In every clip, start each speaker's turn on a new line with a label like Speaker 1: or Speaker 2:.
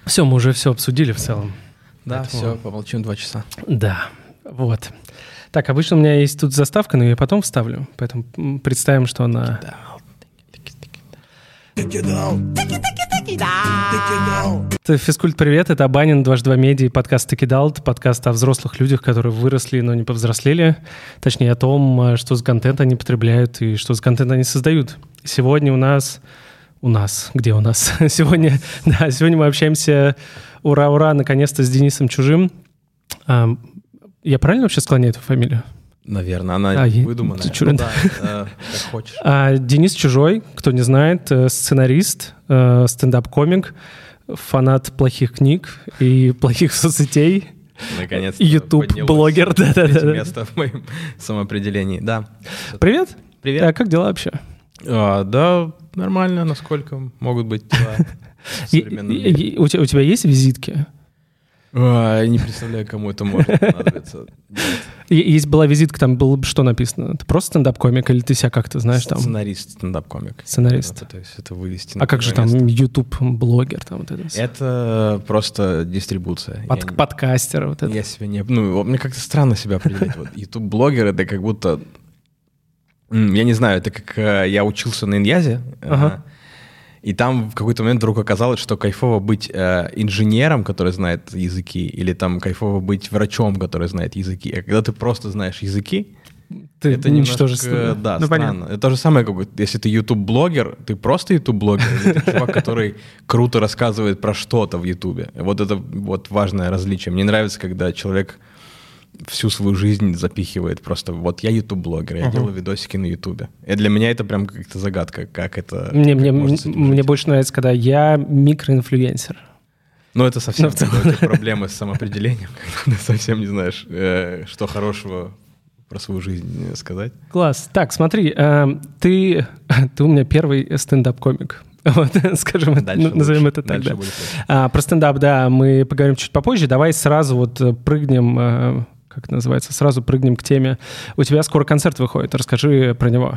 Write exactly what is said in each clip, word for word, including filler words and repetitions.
Speaker 1: Все, мы уже все обсудили в целом.
Speaker 2: Да,
Speaker 1: Поэтому...
Speaker 2: все, помолчим два часа.
Speaker 1: Да, вот. Так, обычно у меня есть тут заставка, но я потом вставлю. Поэтому представим, что она... Физкульт, привет, это Абанин, дважды два медиа, подкаст «Текидал», подкаст о взрослых людях, которые выросли, но не повзрослели. Точнее, о том, что за контент они потребляют и что за контент они создают. Сегодня у нас... У нас? Где у нас? Сегодня, да, сегодня мы общаемся, ура-ура, наконец-то с Денисом Чужим. А, я правильно вообще склоняю эту фамилию?
Speaker 2: Наверное, она
Speaker 1: а,
Speaker 2: выдуманная.
Speaker 1: Чу...
Speaker 2: Ну, да, э, как хочешь.
Speaker 1: А, Денис Чужой, кто не знает, сценарист, э, стендап-комик, фанат плохих книг и плохих соцсетей.
Speaker 2: Наконец-то
Speaker 1: YouTube-блогер.
Speaker 2: Да-да-да. Место в моем самоопределении, да.
Speaker 1: Привет.
Speaker 2: Привет.
Speaker 1: А как дела вообще?
Speaker 2: А, да, нормально, насколько могут быть дела в современном мире.
Speaker 1: У тебя есть визитки?
Speaker 2: Я не представляю, кому это может понадобиться.
Speaker 1: Есть была визитка, там было бы что написано? Ты просто стендап-комик или ты себя как-то знаешь там?
Speaker 2: Сценарист, стендап-комик.
Speaker 1: Сценарист.
Speaker 2: Это, то есть это вывести.
Speaker 1: А как же там YouTube-блогер? Там, вот это
Speaker 2: это просто дистрибуция.
Speaker 1: Под, я, подкастер. Вот это.
Speaker 2: Я себя не... Ну, мне как-то странно себя определять. Вот YouTube-блогер — это как будто... Я не знаю, это как я учился на Иньязе, ага. И там в какой-то момент вдруг оказалось, что кайфово быть э, инженером, который знает языки, или там кайфово быть врачом, который знает языки. А когда ты просто знаешь языки,
Speaker 1: ты
Speaker 2: это немножко, да, ну, странно. Понятно. Это то же самое, как если ты YouTube-блогер, ты просто YouTube-блогер, или ты чувак, который круто рассказывает про что-то в YouTube. Вот это вот важное различие. Мне нравится, когда человек всю свою жизнь запихивает просто. Вот я ютуб-блогер, я uh-huh. делаю видосики на ютубе. И для меня это прям как-то загадка, как это...
Speaker 1: Мне, как мне, мне больше нравится, когда я микроинфлюенсер.
Speaker 2: Ну, это совсем ну, проблемы с самоопределением, когда ты совсем не знаешь, э, что хорошего про свою жизнь сказать.
Speaker 1: Класс. Так, смотри, э, ты, ты у меня первый стендап-комик. Вот, скажем,
Speaker 2: дальше
Speaker 1: назовем
Speaker 2: лучше.
Speaker 1: это так.
Speaker 2: Дальше
Speaker 1: да. А, про стендап, да, мы поговорим чуть попозже. Давай сразу вот прыгнем, э, как это называется, сразу прыгнем к теме. У тебя скоро концерт выходит, расскажи про него.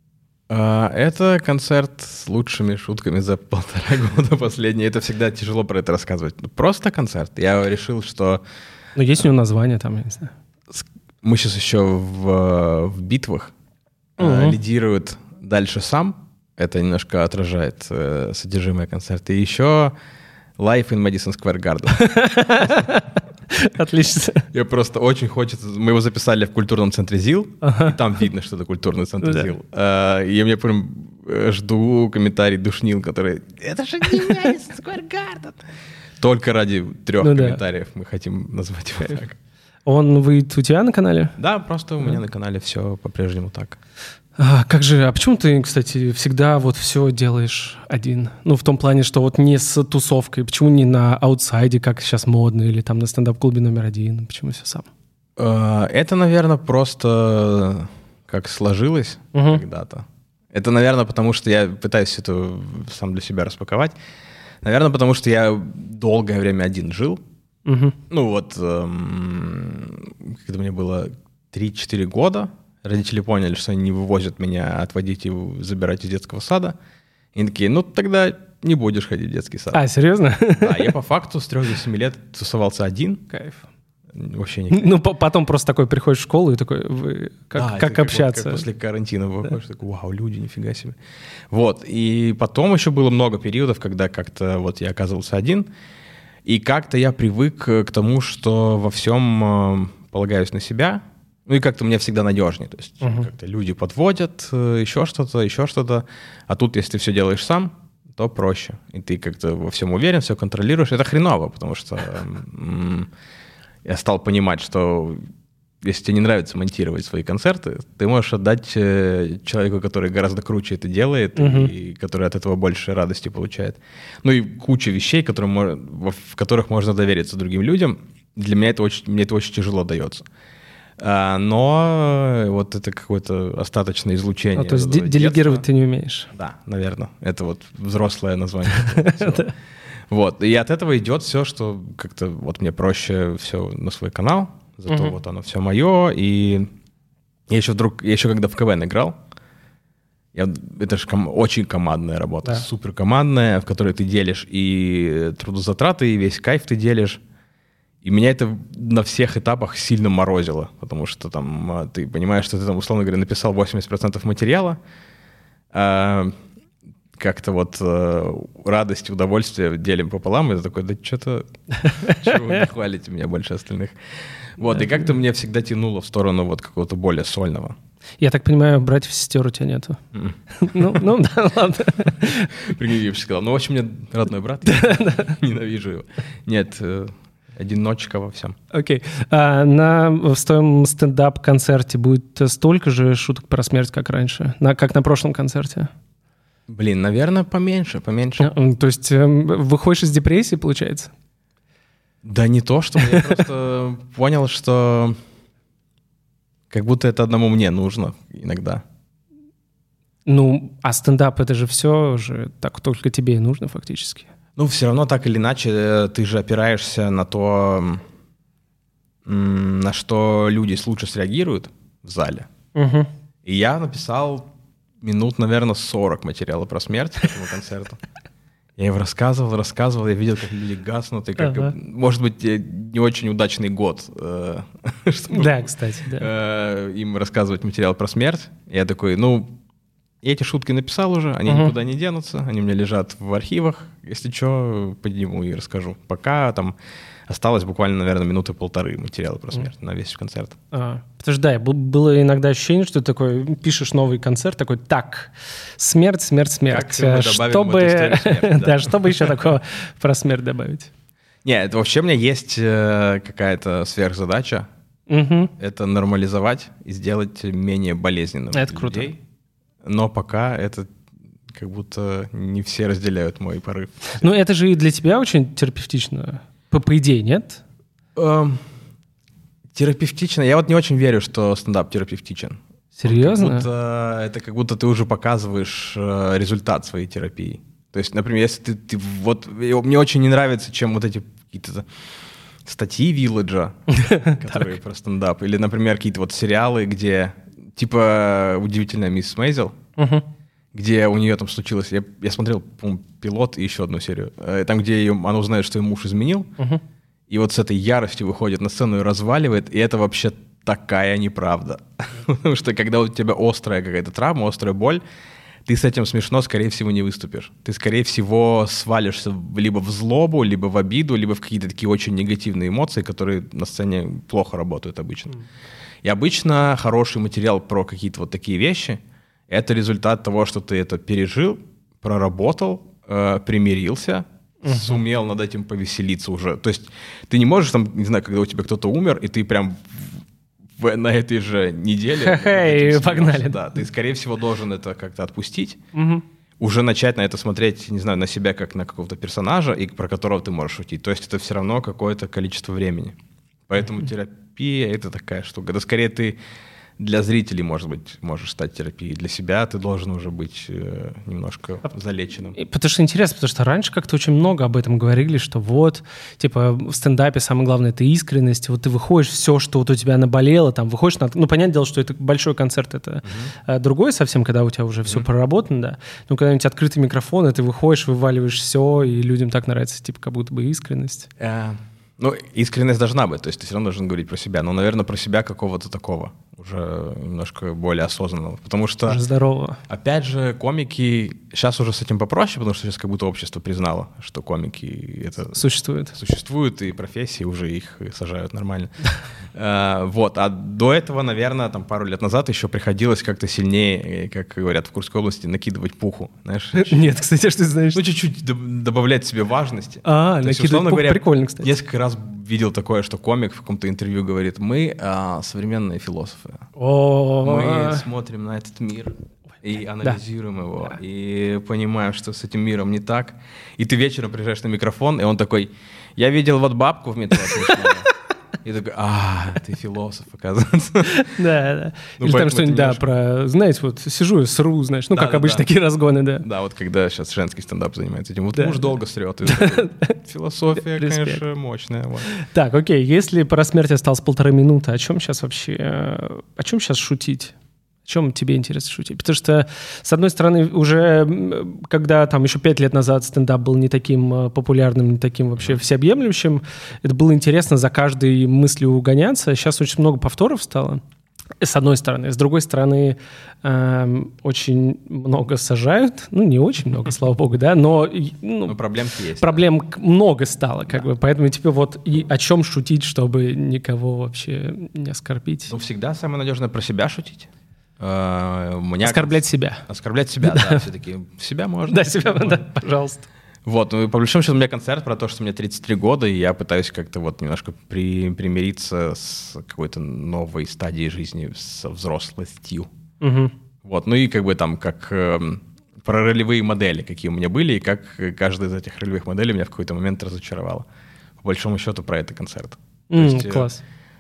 Speaker 2: А, это концерт с лучшими шутками за полтора года последние. Это всегда тяжело про это рассказывать. Просто концерт. Я решил, что...
Speaker 1: Ну, есть у него название там, я не знаю.
Speaker 2: Мы сейчас еще в, в битвах. Uh-huh. Лидирует «Дальше сам». Это немножко отражает э, содержимое концерта. И еще Live in Madison Square Garden.
Speaker 1: Отлично.
Speaker 2: Я просто очень хочется... Мы его записали в культурном центре ЗИЛ, ага. И там видно, что это культурный центр да. ЗИЛ. А, и я прям жду комментарий душнил, который... Это же не Madison Square Garden. Только ради трех ну, комментариев да. мы хотим назвать его так.
Speaker 1: Он выйдет у тебя на канале?
Speaker 2: Да, просто у меня на канале все по-прежнему так.
Speaker 1: А, как же, а почему ты, кстати, всегда вот все делаешь один? Ну, в том плане, что вот не с тусовкой. Почему не на аутсайде, как сейчас модно, или там на стендап-клубе номер один? Почему все сам?
Speaker 2: Это, наверное, просто как сложилось угу. когда-то. Это, наверное, потому что я пытаюсь это сам для себя распаковать. Наверное, потому что я долгое время один жил. Угу. Ну вот, эм, когда мне было три-четыре года, родители поняли, что они не вывозят меня отводить и забирать из детского сада. И они такие, ну тогда не будешь ходить в детский сад.
Speaker 1: А, серьезно?
Speaker 2: Да, я по факту с трех до семи лет тусовался один.
Speaker 1: Кайф.
Speaker 2: Вообще никак.
Speaker 1: Ну, потом просто такой приходишь в школу и такой, вы, как, да, как общаться?
Speaker 2: Как, как после карантина выходишь, да. такой, вау, люди, нифига себе. Вот, и потом еще было много периодов, когда как-то вот я оказывался один, и как-то я привык к тому, что во всем полагаюсь на себя. Ну и как-то мне всегда надежнее. То есть uh-huh. как-то люди подводят, еще что-то, еще что-то. А тут, если ты все делаешь сам, то проще. И ты как-то во всем уверен, все контролируешь. Это хреново, потому что м- я стал понимать, что если тебе не нравится монтировать свои концерты, ты можешь отдать человеку, который гораздо круче это делает, uh-huh. и который от этого больше радости получает. Ну и куча вещей, которые, в которых можно довериться другим людям. Для меня это очень, мне это очень тяжело дается. Но вот это какое-то остаточное излучение.
Speaker 1: А, то есть детства. Делегировать ты не умеешь?
Speaker 2: Да, наверное. Это вот взрослое название. Вот. И от этого идет все, что как-то вот мне проще все на свой канал, зато вот оно все мое. И я еще вдруг, я еще когда в КВН играл, Я, это же ком- очень командная работа,
Speaker 1: да.
Speaker 2: суперкомандная, в которой ты делишь и трудозатраты, и весь кайф ты делишь. И меня это на всех этапах сильно морозило, потому что там ты понимаешь, что ты там, условно говоря, написал восемьдесят процентов материала, а как-то вот радость, удовольствие делим пополам, и ты такой, да что-то, чего вы не хвалите меня больше остальных. Вот, и как-то мне всегда тянуло в сторону вот какого-то более сольного.
Speaker 1: Я так понимаю, братьев и сестер у тебя нету.
Speaker 2: Mm.
Speaker 1: Ну, ну, да, ладно.
Speaker 2: Пригневившись сказал, ну, в общем, мне родной брат, ненавижу его. Нет, одиночка во всем.
Speaker 1: Окей. А на, в твоем стендап-концерте будет столько же шуток про смерть, как раньше? На, как на прошлом концерте?
Speaker 2: Блин, наверное, поменьше, поменьше.
Speaker 1: То есть выходишь из депрессии, получается?
Speaker 2: Да не то, что я просто понял, что как будто это одному мне нужно иногда.
Speaker 1: Ну, а стендап — это же все же так только тебе и нужно фактически.
Speaker 2: Ну, все равно так или иначе ты же опираешься на то, на что люди лучше среагируют в зале.
Speaker 1: Угу.
Speaker 2: И я написал минут, наверное, сорок материала про смерть к этому концерту. Я его рассказывал, рассказывал, я видел, как люди гаснут, и как, ага. может быть, не очень удачный год, э, чтобы
Speaker 1: да, кстати, да.
Speaker 2: э, им рассказывать материал про смерть. Я такой, ну, я эти шутки написал уже, они uh-huh. никуда не денутся, они у меня лежат в архивах, если что, подниму и расскажу. Пока там осталось буквально, наверное, минуты полторы материала про смерть uh-huh. на весь концерт.
Speaker 1: А, потому что, да, было иногда ощущение, что ты такой пишешь новый концерт, такой, так, смерть, смерть, смерть. Чтобы... смерть да, чтобы еще такого про смерть добавить.
Speaker 2: Нет, вообще у меня есть какая-то сверхзадача.
Speaker 1: Uh-huh.
Speaker 2: Это нормализовать и сделать менее болезненным
Speaker 1: это
Speaker 2: людей.
Speaker 1: Круто.
Speaker 2: Но пока это как будто не все разделяют мой порыв.
Speaker 1: Ну, это же и для тебя очень терапевтично, по, по идее, нет?
Speaker 2: Эм, терапевтично? Я вот не очень верю, что стендап терапевтичен.
Speaker 1: Серьезно?
Speaker 2: Как будто, это как будто ты уже показываешь э, результат своей терапии. То есть, например, если ты, ты вот... Мне очень не нравится, чем вот эти какие-то статьи Вилладжа, которые про стендап, или, например, какие-то вот сериалы, где... Типа «Удивительная миссис Мейзел», uh-huh. где у нее там случилось... Я, я смотрел, по-моему, пилот и еще одну серию. Там, где ее, она узнает, что ее муж изменил. Uh-huh. И вот с этой яростью выходит на сцену и разваливает. И это вообще такая неправда. Потому что когда у тебя острая какая-то травма, острая боль, ты с этим смешно, скорее всего, не выступишь. Ты, скорее всего, свалишься либо в злобу, либо в обиду, либо в какие-то такие очень негативные эмоции, которые на сцене плохо работают обычно. Uh-huh. И обычно хороший материал про какие-то вот такие вещи — это результат того, что ты это пережил, проработал, э, примирился, uh-huh. сумел над этим повеселиться уже. То есть ты не можешь, там, не знаю, когда у тебя кто-то умер, и ты прям в, на этой же неделе...
Speaker 1: Хе-хей, погнали.
Speaker 2: Да, ты, скорее всего, должен это как-то отпустить,
Speaker 1: uh-huh. уже
Speaker 2: начать на это смотреть, не знаю, на себя как на какого-то персонажа, и про которого ты можешь шутить. То есть это все равно какое-то количество времени. Поэтому uh-huh. терапия — это такая штука. Да скорее ты для зрителей, может быть, можешь стать терапией. Для себя ты должен уже быть э, немножко залеченным.
Speaker 1: Потому что интересно, потому что раньше как-то очень много об этом говорили, что вот, типа, в стендапе самое главное — это искренность. Вот ты выходишь, все, что вот у тебя наболело, там, выходишь на... Ну, понятное дело, что это большой концерт, это uh-huh. другой совсем, когда у тебя уже все uh-huh. проработано, да. Но когда-нибудь открытый микрофон, и ты выходишь, вываливаешь все, и людям так нравится, типа, как будто бы искренность.
Speaker 2: Uh. Ну, искренность должна быть, то есть ты все равно должен говорить про себя, но, наверное, про себя какого-то такого, уже немножко более осознанного, потому что...
Speaker 1: Уже здорового.
Speaker 2: Опять же, комики... Сейчас уже с этим попроще, потому что сейчас как будто общество признало, что комики это...
Speaker 1: Существуют.
Speaker 2: Существуют, и профессии уже их сажают нормально. Вот, а до этого, наверное, там пару лет назад еще приходилось как-то сильнее, как говорят в Курской области, накидывать пуху, знаешь?
Speaker 1: Нет, кстати, что ты знаешь?
Speaker 2: Ну, чуть-чуть добавлять себе важности.
Speaker 1: А, накидывать пуху, прикольно, кстати.
Speaker 2: Несколько раз видел такое, что комик в каком-то интервью говорит: мы а, современные философы.
Speaker 1: О-о-о.
Speaker 2: Мы смотрим на этот мир и анализируем да. его, да. и понимаем, что с этим миром не так. И ты вечером приезжаешь на микрофон, и он такой: я видел вот бабку в метро смешную. И такой: а, ты философ, оказывается.
Speaker 1: Да, да. Или там что-нибудь, да, про, знаете, вот сижу и сру, знаешь, ну, как обычно, такие разгоны, да.
Speaker 2: Да, вот когда сейчас женский стендап занимается этим. Вот муж долго срет. Философия, конечно, мощная.
Speaker 1: Так, окей, если про смерть осталось полторы минуты, о чем сейчас вообще, о чем сейчас шутить? О чем тебе интересно шутить? Потому что, с одной стороны, уже когда там еще пять лет назад стендап был не таким популярным, не таким вообще всеобъемлющим, это было интересно за каждой мыслью угоняться. Сейчас очень много повторов стало, с одной стороны. С другой стороны, э, очень много сажают. Ну, не очень много, слава богу, да, но... Ну,
Speaker 2: но проблем есть.
Speaker 1: Проблем да. много стало, как да. бы. Поэтому тебе вот и о чем шутить, чтобы никого вообще не оскорбить?
Speaker 2: Ну, всегда самое надежное про себя шутить. Uh, меня...
Speaker 1: Оскорблять себя.
Speaker 2: Оскорблять себя, да, да все-таки. Себя можно.
Speaker 1: Да, себя, да, пожалуйста.
Speaker 2: Вот, ну, по большому счету, у меня концерт про то, что мне тридцать три года, и я пытаюсь как-то вот немножко при, примириться с какой-то новой стадией жизни, со взрослостью.
Speaker 1: Угу.
Speaker 2: Вот, ну и как бы там, как э, про ролевые модели, какие у меня были, и как каждая из этих ролевых моделей меня в какой-то момент разочаровала. По большому счету, про это концерт.
Speaker 1: Mm,
Speaker 2: есть,
Speaker 1: класс.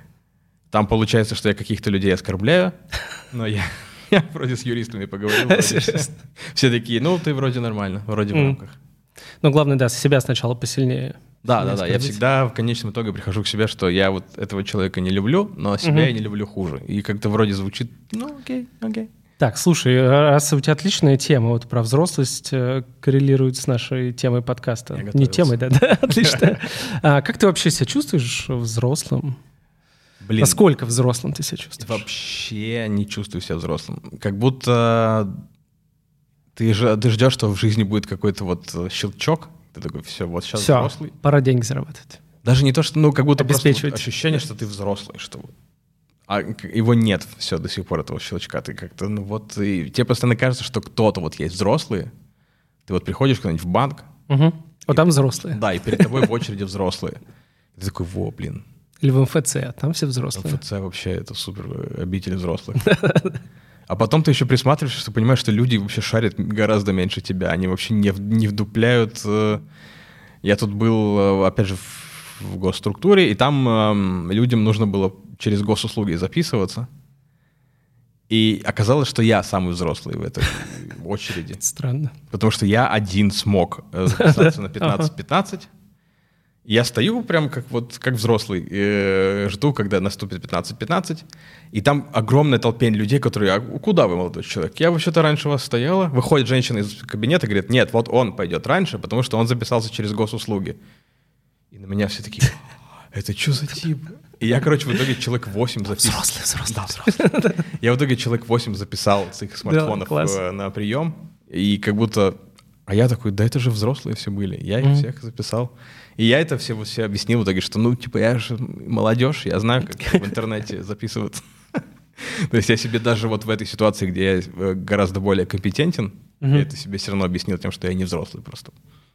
Speaker 2: Там получается, что я каких-то людей оскорбляю, но я, я вроде с юристами поговорил. Вроде все, все такие, ну, ты вроде нормально, вроде в рамках.
Speaker 1: Ну, главное, да, с себя сначала посильнее.
Speaker 2: Да, да, да. Я всегда в конечном итоге прихожу к себе, что я вот этого человека не люблю, но себя я не люблю хуже. И как-то вроде звучит, ну, окей, окей.
Speaker 1: Так, слушай, раз у тебя отличная тема, вот про взрослость э, коррелирует с нашей темой подкаста. Не темой, да, да, отлично. А как ты вообще себя чувствуешь взрослым?
Speaker 2: Блин.
Speaker 1: Насколько взрослым ты себя чувствуешь?
Speaker 2: Вообще не чувствую себя взрослым. Как будто ты, же, ты ждешь, что в жизни будет какой-то вот щелчок. Ты такой, все, вот сейчас
Speaker 1: все,
Speaker 2: взрослый.
Speaker 1: Пора деньги зарабатывать.
Speaker 2: Даже не то, что, ну, как будто просто вот ощущение, что ты взрослый, что а его нет все до сих пор, этого щелчка. Ты как-то, ну вот, и тебе постоянно кажется, что кто-то вот есть взрослые. Ты вот приходишь куда-нибудь в банк.
Speaker 1: Угу. Вот там взрослые.
Speaker 2: Да, и перед тобой в очереди взрослые. И ты такой, во, блин.
Speaker 1: Или в эм эф це, там все взрослые.
Speaker 2: эм эф це вообще это супер обитель взрослых. А потом ты еще присматриваешься, что понимаешь, что люди вообще шарят гораздо меньше тебя. Они вообще не, не вдупляют. Я тут был, опять же, в госструктуре, и там людям нужно было через госуслуги записываться. И оказалось, что я самый взрослый в этой очереди.
Speaker 1: Странно.
Speaker 2: Потому что я один смог записаться на пятнадцать-пятнадцать. Я стою прям как, вот, как взрослый, э, жду, когда наступит пятнадцать-пятнадцать, и там огромная толпень людей, которые, а куда вы, молодой человек? Я вообще-то раньше вас стояла. Выходит женщина из кабинета и говорит, нет, вот он пойдет раньше, потому что он записался через госуслуги. И на меня все такие, это что за тип? И я, короче, в итоге человек восемь записал.
Speaker 1: Взрослый, взрослый, да, взрослый.
Speaker 2: Я в итоге человек восемь записал с их смартфонов да, на прием, и как будто... А я такой, да это же взрослые все были. Я их mm-hmm. всех записал. И я это все, все объяснил в итоге, что, ну, типа, я же молодежь, я знаю, как в интернете записываться. То есть я себе даже вот в этой ситуации, где я гораздо более компетентен, я это себе все равно объяснил тем, что я не взрослый просто.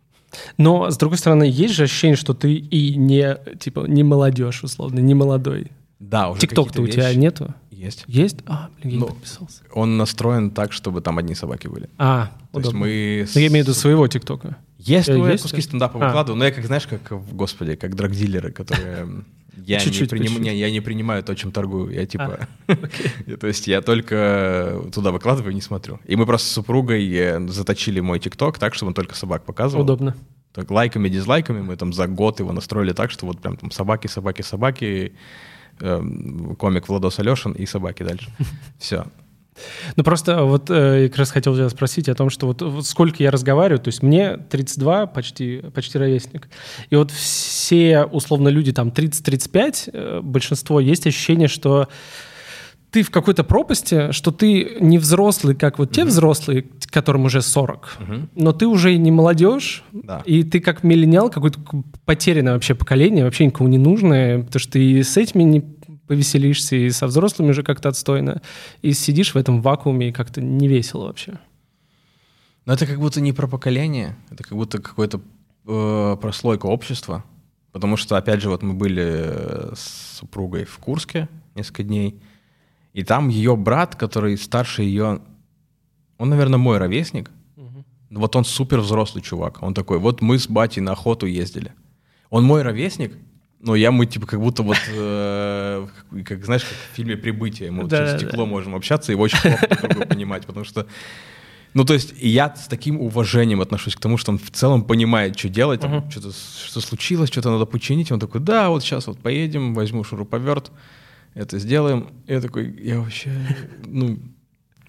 Speaker 1: Но, с другой стороны, есть же ощущение, что ты и не, типа, не молодежь, условно, не молодой.
Speaker 2: Да, уже
Speaker 1: ТикТок-то у тебя нету?
Speaker 2: Есть.
Speaker 1: Есть? А, блин, я не подписался.
Speaker 2: Он настроен так, чтобы там одни собаки были.
Speaker 1: А,
Speaker 2: то удобно. Есть мы...
Speaker 1: Но я имею в виду своего ТикТока.
Speaker 2: Есть, ну, я куски стендапа а. выкладываю, но я, как знаешь, как, господи, как драгдилеры, которые... Я,
Speaker 1: чуть-чуть,
Speaker 2: не приним... не, я не принимаю то, чем торгую. Я типа... А, okay. То есть я только туда выкладываю и не смотрю. И мы просто с супругой заточили мой ТикТок так, чтобы он только собак показывал.
Speaker 1: Удобно.
Speaker 2: Так, лайками, дизлайками мы там за год его настроили так, что вот прям там собаки, собаки, собаки... комик Владос Алешин и собаки дальше. Все.
Speaker 1: Ну просто вот я как раз хотел тебя спросить о том, что вот, вот сколько я разговариваю, то есть мне тридцать два, почти, почти ровесник, и вот все условно люди там тридцать-тридцать пять, большинство есть ощущение, что ты в какой-то пропасти, что ты не взрослый, как вот те uh-huh. взрослые, которым уже сорок, uh-huh. но ты уже не молодежь,
Speaker 2: да.
Speaker 1: и ты как миллениал, какое-то потерянное вообще поколение, вообще никому не нужное, потому что ты и с этими не повеселишься, и со взрослыми уже как-то отстойно, и сидишь в этом вакууме, и как-то не весело вообще.
Speaker 2: Но это как будто не про поколение, это как будто какой-то э, прослойка общества, потому что, опять же, вот мы были с супругой в Курске несколько дней, и там ее брат, который старше ее, он, наверное, мой ровесник. Uh-huh. Вот он супер взрослый чувак. Он такой, вот мы с батей на охоту ездили. Он мой ровесник, но я, мы типа как будто вот, э, как, знаешь, как в фильме «Прибытие». Мы вот через стекло можем общаться и очень плохо друг друга понимать, потому что... Ну, то есть я с таким уважением отношусь к тому, что он в целом понимает, что делать, там, uh-huh. что-то, что случилось, что-то надо починить. Он такой, да, вот сейчас вот поедем, возьму шуруповерт, это сделаем. Я такой, я вообще, ну,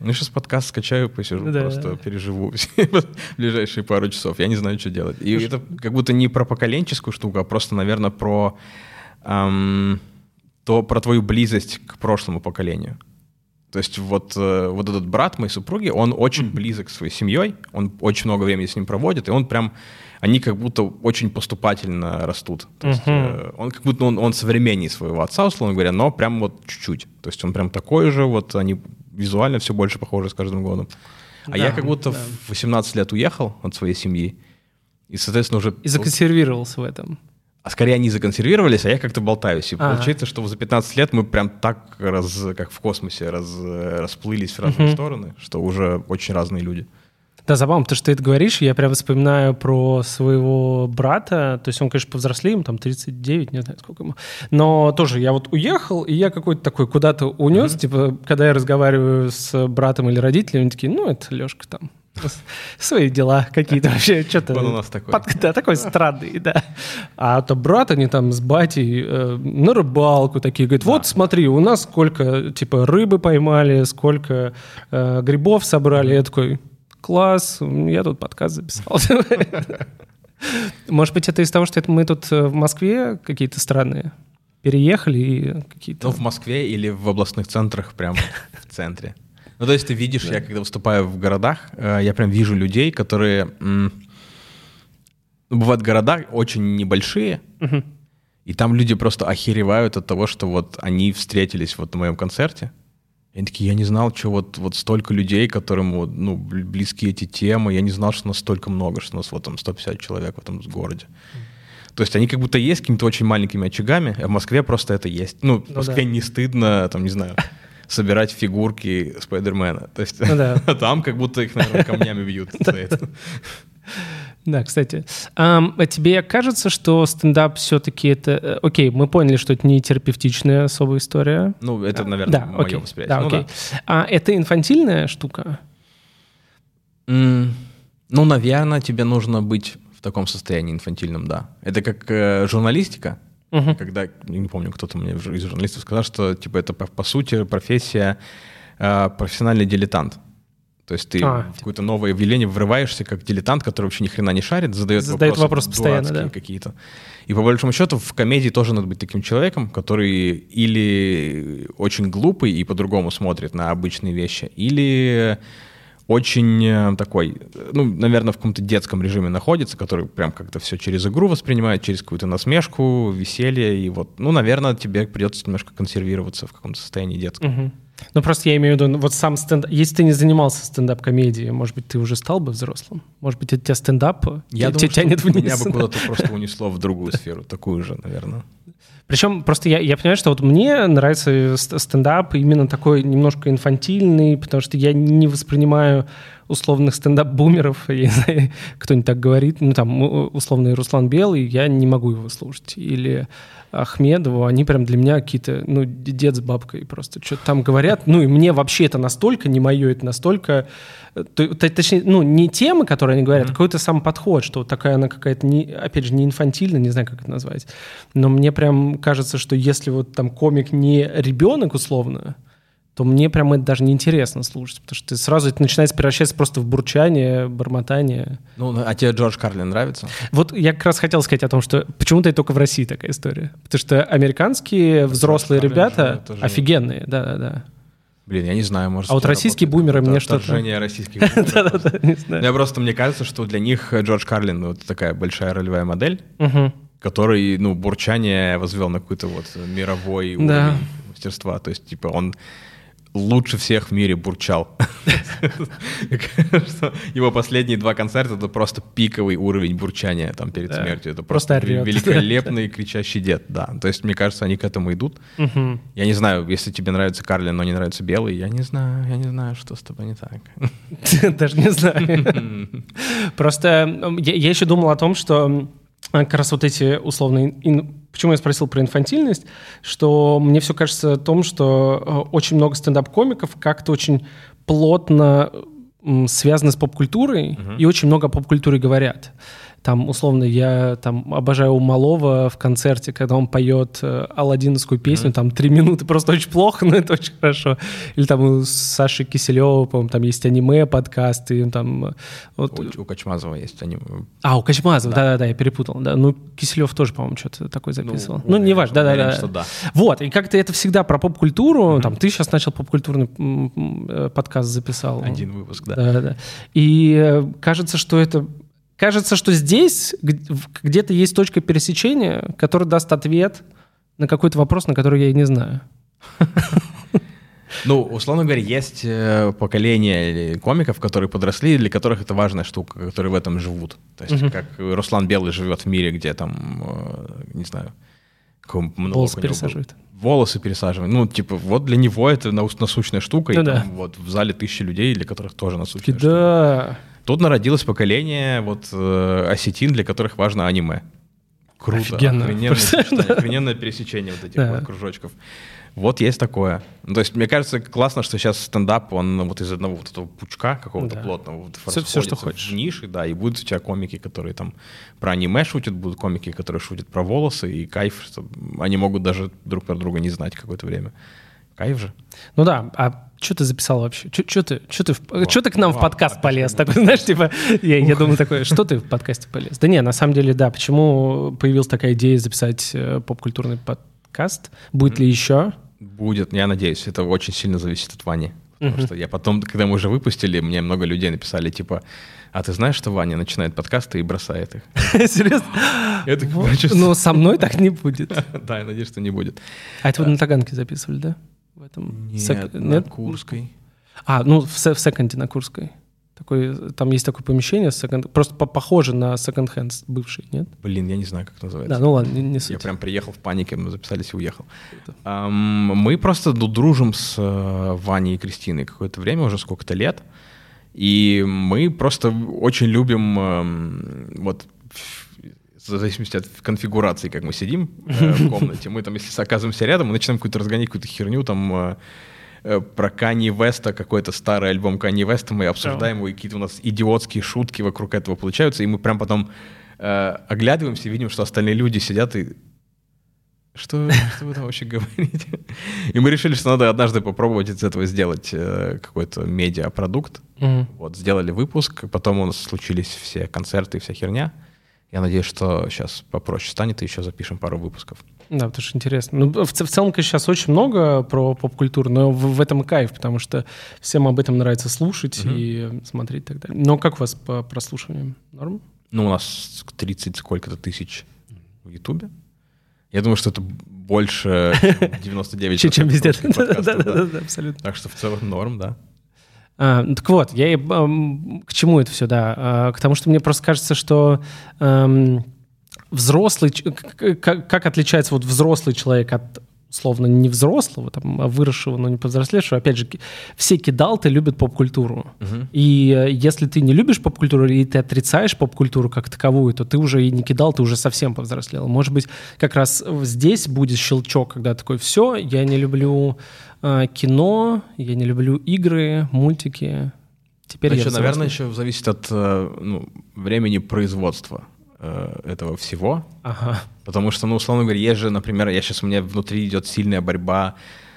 Speaker 2: Ну, сейчас подкаст скачаю, посижу, да. Просто переживу ближайшие пару часов. Я не знаю, что делать. И это как будто не про поколенческую штуку, а просто, наверное, про, эм, то, про твою близость к прошлому поколению. То есть вот, вот этот брат моей супруги, он очень близок с своей семьей, он очень много времени с ним проводит, и он прям, они как будто очень поступательно растут. То есть uh-huh. он как будто он, он современнее своего отца, условно говоря, но прям вот чуть-чуть. То есть он прям такой же, вот они визуально все больше похожи с каждым годом. А да, я как будто да. в восемнадцать лет уехал от своей семьи, и, соответственно, уже...
Speaker 1: И законсервировался в этом.
Speaker 2: А скорее они законсервировались, а я как-то болтаюсь. И ага. получается, что за пятнадцать лет мы прям так, раз, как в космосе, раз, расплылись в разные uh-huh. стороны, что уже очень разные люди.
Speaker 1: Да, забавно, потому что ты это говоришь, я прям вспоминаю про своего брата, то есть он, конечно, повзрослее, ему там тридцать девять, не знаю, сколько ему, но тоже я вот уехал, и я какой-то такой куда-то унес, uh-huh. типа, когда я разговариваю с братом или родителями, они такие, ну, это Лешка там. Свои дела какие-то вообще, что-то...
Speaker 2: Он у нас такой.
Speaker 1: Под, да, такой странный, да. А то брат, они там с батей э, на рыбалку такие, говорят, вот да. смотри, у нас сколько, типа, рыбы поймали, сколько э, грибов собрали. Mm-hmm. Я такой, класс, я тут подкаст записал. Может быть, это из того, что мы тут в Москве какие-то странные переехали и какие-то...
Speaker 2: Ну, в Москве или в областных центрах, прямо в центре. Ну, то есть ты видишь, да. я когда выступаю в городах, я прям вижу людей, которые... М- ну, бывают города очень небольшие, uh-huh. и там люди просто охеревают от того, что вот они встретились вот на моем концерте. И они такие, я не знал, что вот, вот столько людей, которым вот, ну, близки эти темы, я не знал, что нас столько много, что у нас вот там сто пятьдесят человек в этом городе. Uh-huh. То есть они как будто есть какими-то очень маленькими очагами, а в Москве просто это есть. Ну, в Москве ну, да. не стыдно, там, не знаю... собирать фигурки Спайдермена. То есть ну, да. там как будто их, наверное, камнями бьют за это.
Speaker 1: Да, кстати. А тебе кажется, что стендап все-таки это... Окей, мы поняли, что это не терапевтичная особая история.
Speaker 2: Ну, это, наверное, да, мое
Speaker 1: окей.
Speaker 2: восприятие.
Speaker 1: Да,
Speaker 2: ну,
Speaker 1: окей. Да. А это инфантильная штука?
Speaker 2: Mm, ну, наверное, тебе нужно быть в таком состоянии инфантильном, да. Это как э, журналистика. Uh-huh. Когда, я не помню, кто-то мне из журналистов сказал, что типа это по, по сути профессия э, профессиональный дилетант. То есть ты а, в какое-то новое явление врываешься как дилетант, который вообще ни хрена не шарит, задает,
Speaker 1: задает
Speaker 2: вопросы,
Speaker 1: вопросы постоянно, да.
Speaker 2: какие-то. И по большому счету в комедии тоже надо быть таким человеком, который или очень глупый и по-другому смотрит на обычные вещи, или очень такой, ну, наверное, в каком-то детском режиме находится, который прям как-то все через игру воспринимает, через какую-то насмешку, веселье, и вот, ну, наверное, тебе придется немножко консервироваться в каком-то состоянии детском.
Speaker 1: Угу. Ну, просто я имею в виду, вот сам стендап, если ты не занимался стендап-комедией, может быть, ты уже стал бы взрослым? Может быть, это тебя стендап
Speaker 2: я
Speaker 1: тебя
Speaker 2: думаю,
Speaker 1: тянет вниз?
Speaker 2: Меня бы куда-то просто унесло в другую сферу, такую же, наверное.
Speaker 1: Причем просто я, я понимаю, что вот мне нравится стендап именно такой немножко инфантильный, потому что я не воспринимаю условных стендап-бумеров, я не знаю, кто-нибудь так говорит, ну там условный Руслан Белый, я не могу его слушать. Или Ахмедову, они прям для меня какие-то, ну, дед с бабкой просто что-то там говорят. Ну, и мне вообще это настолько не мое, это настолько... Точнее, ну, не темы, которые они говорят, mm-hmm. а какой-то сам подход, что вот такая она какая-то, не, опять же, не инфантильная, не знаю, как это назвать. Но мне прям кажется, что если вот там комик не ребенок, условно, то мне прям это даже неинтересно слушать, потому что ты сразу это начинает превращаться просто в бурчание, бормотание.
Speaker 2: Ну, а тебе Джордж Карлин нравится?
Speaker 1: Вот я как раз хотел сказать о том, что почему-то и только в России такая история. Потому что америкские взрослые Джордж ребята же, же... офигенные, да-да-да.
Speaker 2: Блин, я не знаю, может...
Speaker 1: А вот российские бумеры мне что-то...
Speaker 2: Отторжение российских бумеров. Да-да-да, не знаю. Я просто, мне кажется, что для них Джордж Карлин вот такая большая ролевая модель, который, ну, бурчание возвел на какой-то вот мировой уровень мастерства. То есть, типа, он... лучше всех в мире бурчал. Его последние два концерта — это просто пиковый уровень бурчания там перед смертью. Это просто великолепный кричащий дед. Да, то есть, мне кажется, они к этому идут. Я не знаю, если тебе нравится Карлин, но не нравится Белый, я не знаю, я не знаю, что с тобой не так.
Speaker 1: Даже не знаю. Просто я еще думал о том, что как раз вот эти условные... Почему я спросил про инфантильность? Что мне все кажется о том, что очень много стендап-комиков как-то очень плотно связаны с поп-культурой uh-huh. и очень много о поп-культуре говорят. Там, условно, я там обожаю у Малова в концерте, когда он поет э, аладдиновскую песню, mm-hmm. там три минуты просто очень плохо, но это очень хорошо. Или там у Саши Киселева, по-моему, там есть аниме-подкаст, и там... Вот...
Speaker 2: У, у Качмазова есть аниме.
Speaker 1: А, у Качмазова, да-да-да, я перепутал. Да. Ну, Киселев тоже, по-моему, что-то такое записывал. Ну, ну не важно, да-да-да. Да. Вот, и как-то это всегда про поп-культуру. Mm-hmm. Там ты сейчас начал поп-культурный подкаст записал.
Speaker 2: Один выпуск, да.
Speaker 1: Да-да-да. И э, кажется, что это... Кажется, что здесь где-то есть точка пересечения, которая даст ответ на какой-то вопрос, на который я и не знаю.
Speaker 2: Ну, условно говоря, есть поколение комиков, которые подросли, для которых это важная штука, которые в этом живут. То есть, uh-huh. как Руслан Белый живет в мире, где там, не знаю, много
Speaker 1: волосы пересаживает.
Speaker 2: Волосы пересаживают. Ну, типа, вот для него это насущная штука, ну, и да. там вот в зале тысячи людей, для которых тоже насущная штука.
Speaker 1: Да.
Speaker 2: Тут народилось поколение вот э, осетин, для которых важно аниме. Круто.
Speaker 1: Офигенно.
Speaker 2: Охрененное, охрененное пересечение вот этих да. вот кружочков. Вот есть такое. Ну, то есть, мне кажется, классно, что сейчас стендап, он вот из одного вот этого пучка какого-то да. плотного вот
Speaker 1: все, все, что хочешь.
Speaker 2: В ниши, да, и будут у тебя комики, которые там про аниме шутят, будут комики, которые шутят про волосы, и кайф, что они могут даже друг про друга не знать какое-то время. Кайф же.
Speaker 1: Ну да, а что ты записал вообще? Что ты, что ты, что ты к нам Вау, в подкаст полез? Такой, знаешь, типа, я, я думаю такой, что ты в подкасте полез? Да не, на самом деле, да, почему появилась такая идея записать поп-культурный подкаст? Будет mm-hmm. ли еще?
Speaker 2: Будет, я надеюсь. Это очень сильно зависит от Вани. Потому mm-hmm. что я потом, когда мы уже выпустили, мне много людей написали, типа, а ты знаешь, что Ваня начинает подкасты и бросает их?
Speaker 1: Серьезно? Ну, со мной так не будет.
Speaker 2: Да, я надеюсь, что не будет.
Speaker 1: А это вы на Таганке записывали, да? В этом
Speaker 2: Нет, Сек... на Нет? Курской.
Speaker 1: А, ну в, в секонде на Курской. Такой, там есть такое помещение, секонд... просто по- похоже на секонд-хенд бывший, нет?
Speaker 2: Блин, я не знаю, как называется.
Speaker 1: Да, ну ладно, не, не суть.
Speaker 2: Я прям приехал в панике, мы записались и уехал. Um, мы просто дружим с uh, Ваней и Кристиной какое-то время, уже сколько-то лет. И мы просто очень любим um, вот... в зависимости от конфигурации, как мы сидим э, в комнате. Мы там, если оказываемся рядом, мы начинаем какую-то разгонять какую-то херню, там э, э, про Канье Веста, какой-то старый альбом Канье Веста, мы обсуждаем его, и какие-то у нас идиотские шутки вокруг этого получаются, и мы прям потом э, оглядываемся и видим, что остальные люди сидят и... Что, что вы там вообще говорите? И мы решили, что надо однажды попробовать из этого сделать э, какой-то медиапродукт. Mm-hmm. Вот, сделали выпуск, потом у нас случились все концерты и вся херня. Я надеюсь, что сейчас попроще станет, и еще запишем пару выпусков.
Speaker 1: Да, потому что интересно. Ну, в, в целом, конечно, сейчас очень много про поп-культуру, но в, в этом и кайф, потому что всем об этом нравится слушать mm-hmm. и смотреть и так далее. Но как у вас по прослушиваниям? Норм?
Speaker 2: Ну, у нас тридцать сколько-то тысяч в Ютубе. Я думаю, что это больше, чем девяносто девять процентов
Speaker 1: чем везде. Да-да-да, абсолютно.
Speaker 2: Так что в целом норм, да.
Speaker 1: А, так вот, я эм, к чему это все, да? А, к тому, что мне просто кажется, что эм, взрослый... Как, как отличается вот взрослый человек от, словно, не взрослого, там, а выросшего, но не повзрослевшего? Опять же, все кидалты любят поп-культуру. Uh-huh. И если ты не любишь поп-культуру, и ты отрицаешь поп-культуру как таковую, то ты уже и не кидал, ты уже совсем повзрослел. Может быть, как раз здесь будет щелчок, когда такой, все, я не люблю... кино, я не люблю игры, мультики. Теперь
Speaker 2: еще,
Speaker 1: я
Speaker 2: наверное, еще зависит от ну, времени производства э, этого всего.
Speaker 1: Ага.
Speaker 2: Потому что, ну, условно говоря, есть же, например, я сейчас у меня внутри идет сильная борьба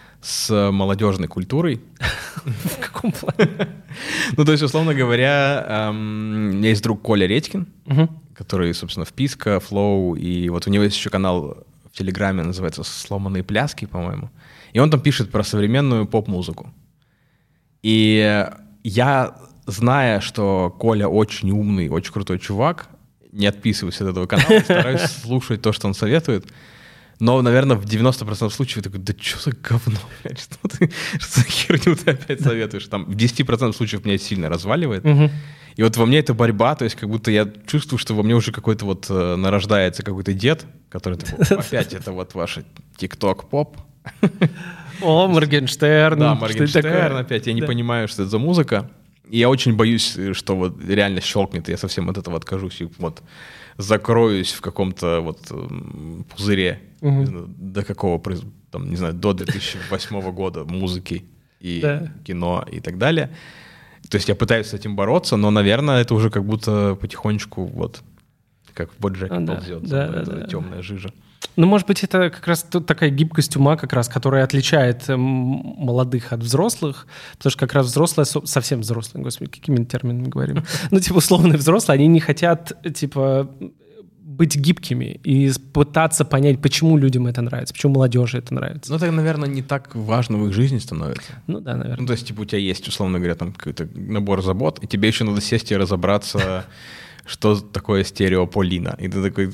Speaker 2: с молодежной культурой.
Speaker 1: В каком плане?
Speaker 2: Ну, то есть, условно говоря, у меня есть друг Коля Редькин, который, собственно, вписка, флоу, и вот у него есть еще канал в Телеграме, называется «Сломанные пляски», по-моему. И он там пишет про современную поп-музыку. И я, зная, что Коля очень умный, очень крутой чувак, не отписываюсь от этого канала, стараюсь слушать то, что он советует. Но, наверное, в девяносто процентов случаев я такой, да что за говно, блядь, что ты, что за херню ты опять советуешь? Там в десять процентов случаев меня это сильно разваливает. Uh-huh. И вот во мне это борьба, то есть как будто я чувствую, что во мне уже какой-то вот э, нарождается какой-то дед, который такой, опять это вот ваш тик-ток-поп.
Speaker 1: О, Моргенштерн.
Speaker 2: Да, Моргенштерн опять. Я не понимаю, что это за музыка. И я очень боюсь, что вот реально щелкнет, я совсем от этого откажусь и вот закроюсь в каком-то вот пузыре. Угу. До какого, там, не знаю, до две тысячи восьмого года музыки и да. кино и так далее. То есть я пытаюсь с этим бороться, но, наверное, это уже как будто потихонечку вот как в Боджеке
Speaker 1: а,
Speaker 2: ползет,
Speaker 1: да,
Speaker 2: да,
Speaker 1: да, да,
Speaker 2: темная
Speaker 1: да.
Speaker 2: жижа.
Speaker 1: Ну, может быть, это как раз тут такая гибкость ума, как раз, которая отличает молодых от взрослых, потому что как раз взрослые, совсем взрослые, господи, какими терминами говорим, ну, типа, условные взрослые, они не хотят, типа, быть гибкими и пытаться понять, почему людям это нравится, почему молодежи это нравится.
Speaker 2: Ну, это, наверное, не так важно в их жизни становится.
Speaker 1: Ну, да, наверное.
Speaker 2: Ну, то есть, типа, у тебя есть, условно говоря, там какой-то набор забот, и тебе еще надо сесть и разобраться, что такое стереополина. И ты такой,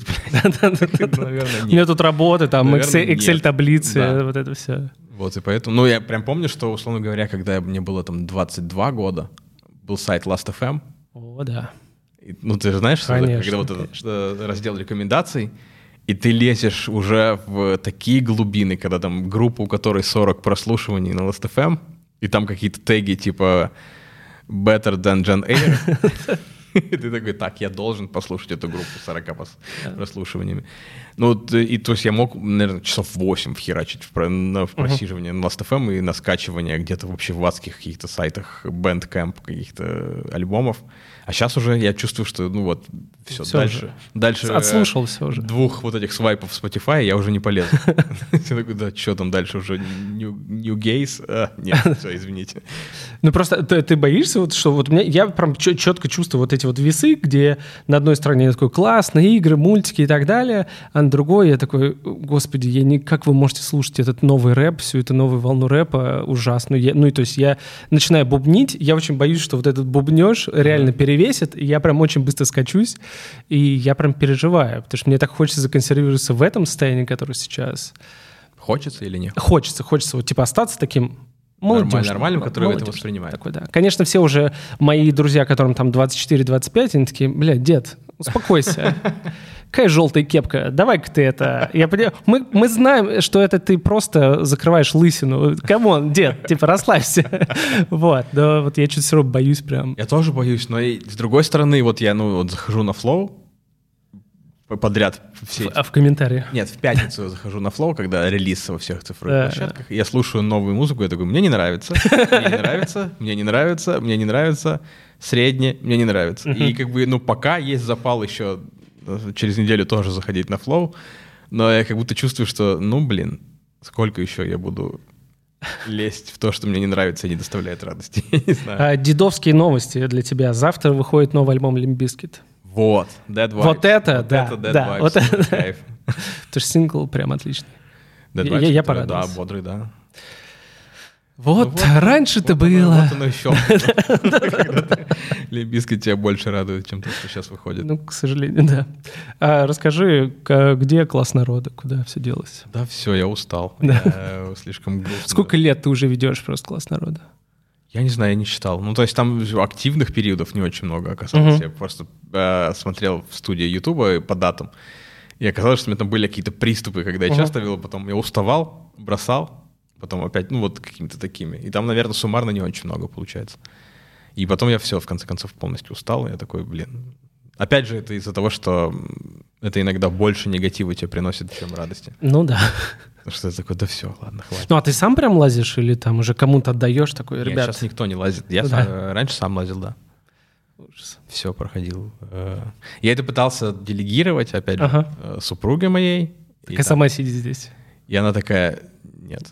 Speaker 2: наверное, нет.
Speaker 1: У меня тут работа, там Excel-таблицы, вот это все.
Speaker 2: Вот, и поэтому, ну, я прям помню, что, условно говоря, когда мне было там двадцать два года, был сайт Last эф эм.
Speaker 1: О, да.
Speaker 2: И, ну, ты же знаешь, что
Speaker 1: конечно,
Speaker 2: это, когда вот этот раздел рекомендаций, и ты лезешь уже в такие глубины, когда там группа, у которой сорок прослушиваний на Last эф эм, и там какие-то теги типа «Better than John Air». И ты такой, так, я должен послушать эту группу с сорока прослушиваниями. Ну, и то есть я мог, наверное, часов восемь вхерачить в, на, в просиживание на Last эф эм и на скачивание где-то вообще в адских каких-то сайтах, Bandcamp каких-то альбомов. А сейчас уже я чувствую, что, ну вот, все, все дальше, дальше
Speaker 1: отслушал все уже.
Speaker 2: Двух вот этих свайпов в Spotify я уже не полезу. Я такой, да, что там дальше уже, New Gaze? Нет, все, извините.
Speaker 1: Ну просто ты боишься, вот что вот у меня, я прям четко чувствую вот эти вот весы, где на одной стороне я такой, классные игры, мультики и так далее, а на другой я такой, господи, я не, как вы можете слушать этот новый рэп, всю эту новую волну рэпа ужасную. Я, ну и то есть я начинаю бубнить, я очень боюсь, что вот этот бубнёж реально перевесит, и я прям очень быстро скачусь, и я прям переживаю, потому что мне так хочется законсервироваться в этом состоянии, которое сейчас.
Speaker 2: Хочется или нет?
Speaker 1: Хочется, хочется вот типа остаться таким молодежным.
Speaker 2: Нормальным, который это воспринимает.
Speaker 1: Такой, да. Конечно, все уже мои друзья, которым там двадцать четыре двадцать пять, они такие, блядь, дед, успокойся. Какая желтая кепка? Давай-ка ты это... Я понимаю, мы, мы знаем, что это ты просто закрываешь лысину. Камон, дед, типа расслабься. Вот, да, вот я чуть все равно боюсь прям.
Speaker 2: Я тоже боюсь, но и, с другой стороны, вот я, ну, вот захожу на Flow подряд. Все
Speaker 1: а в комментариях?
Speaker 2: Нет, в пятницу я захожу на Flow, когда релиз во всех цифровых площадках. Я слушаю новую музыку, я такой, мне не нравится, мне не нравится, мне не нравится, мне не нравится, средне, мне не нравится. И как бы, ну, пока есть запал еще через неделю тоже заходить на Flow, но я как будто чувствую, что, ну, блин, сколько еще я буду лезть в то, что мне не нравится и не доставляет радости. Я не знаю.
Speaker 1: А, дедовские новости для тебя. Завтра выходит новый альбом Limp Bizkit.
Speaker 2: Вот, Dead Vibes.
Speaker 1: Вот это,
Speaker 2: вот
Speaker 1: да,
Speaker 2: это Dead
Speaker 1: да,
Speaker 2: Vibes,
Speaker 1: вот это.
Speaker 2: кайф.
Speaker 1: Потому что сингл прям отличный.
Speaker 2: Dead
Speaker 1: я
Speaker 2: Vibes,
Speaker 1: я
Speaker 2: который,
Speaker 1: порадовался.
Speaker 2: Да, бодрый, да.
Speaker 1: Вот, ну, вот раньше-то
Speaker 2: вот
Speaker 1: было.
Speaker 2: Вот оно еще. Limp Bizkit тебя больше радует, чем то, что сейчас выходит.
Speaker 1: Ну, к сожалению, да. А расскажи, где класс народа, куда все делось?
Speaker 2: Да все, я устал. Я слишком грустно.
Speaker 1: Сколько лет ты уже ведешь просто класс народа?
Speaker 2: Я не знаю, я не считал. Ну, то есть там активных периодов не очень много оказалось.
Speaker 1: Uh-huh.
Speaker 2: Я просто э, смотрел в студии Ютуба по датам, и оказалось, что у меня там были какие-то приступы, когда я uh-huh. часто вел, потом я уставал, бросал, потом опять, ну, вот какими-то такими. И там, наверное, суммарно не очень много получается. И потом я все, в конце концов, полностью устал, и я такой, блин. Опять же, это из-за того, что это иногда больше негатива тебе приносит, чем радости.
Speaker 1: Ну да.
Speaker 2: Потому что я такой, да все, ладно, хватит.
Speaker 1: Ну а ты сам прям лазишь или там уже кому-то отдаешь такой,
Speaker 2: Нет,
Speaker 1: ребят?
Speaker 2: сейчас никто не лазит. Я
Speaker 1: да.
Speaker 2: сам, раньше сам лазил, да.
Speaker 1: Ужас.
Speaker 2: Все проходил. Я это пытался делегировать, опять же,
Speaker 1: ага.
Speaker 2: супруге моей.
Speaker 1: Так и сама сидит здесь.
Speaker 2: И она такая, нет.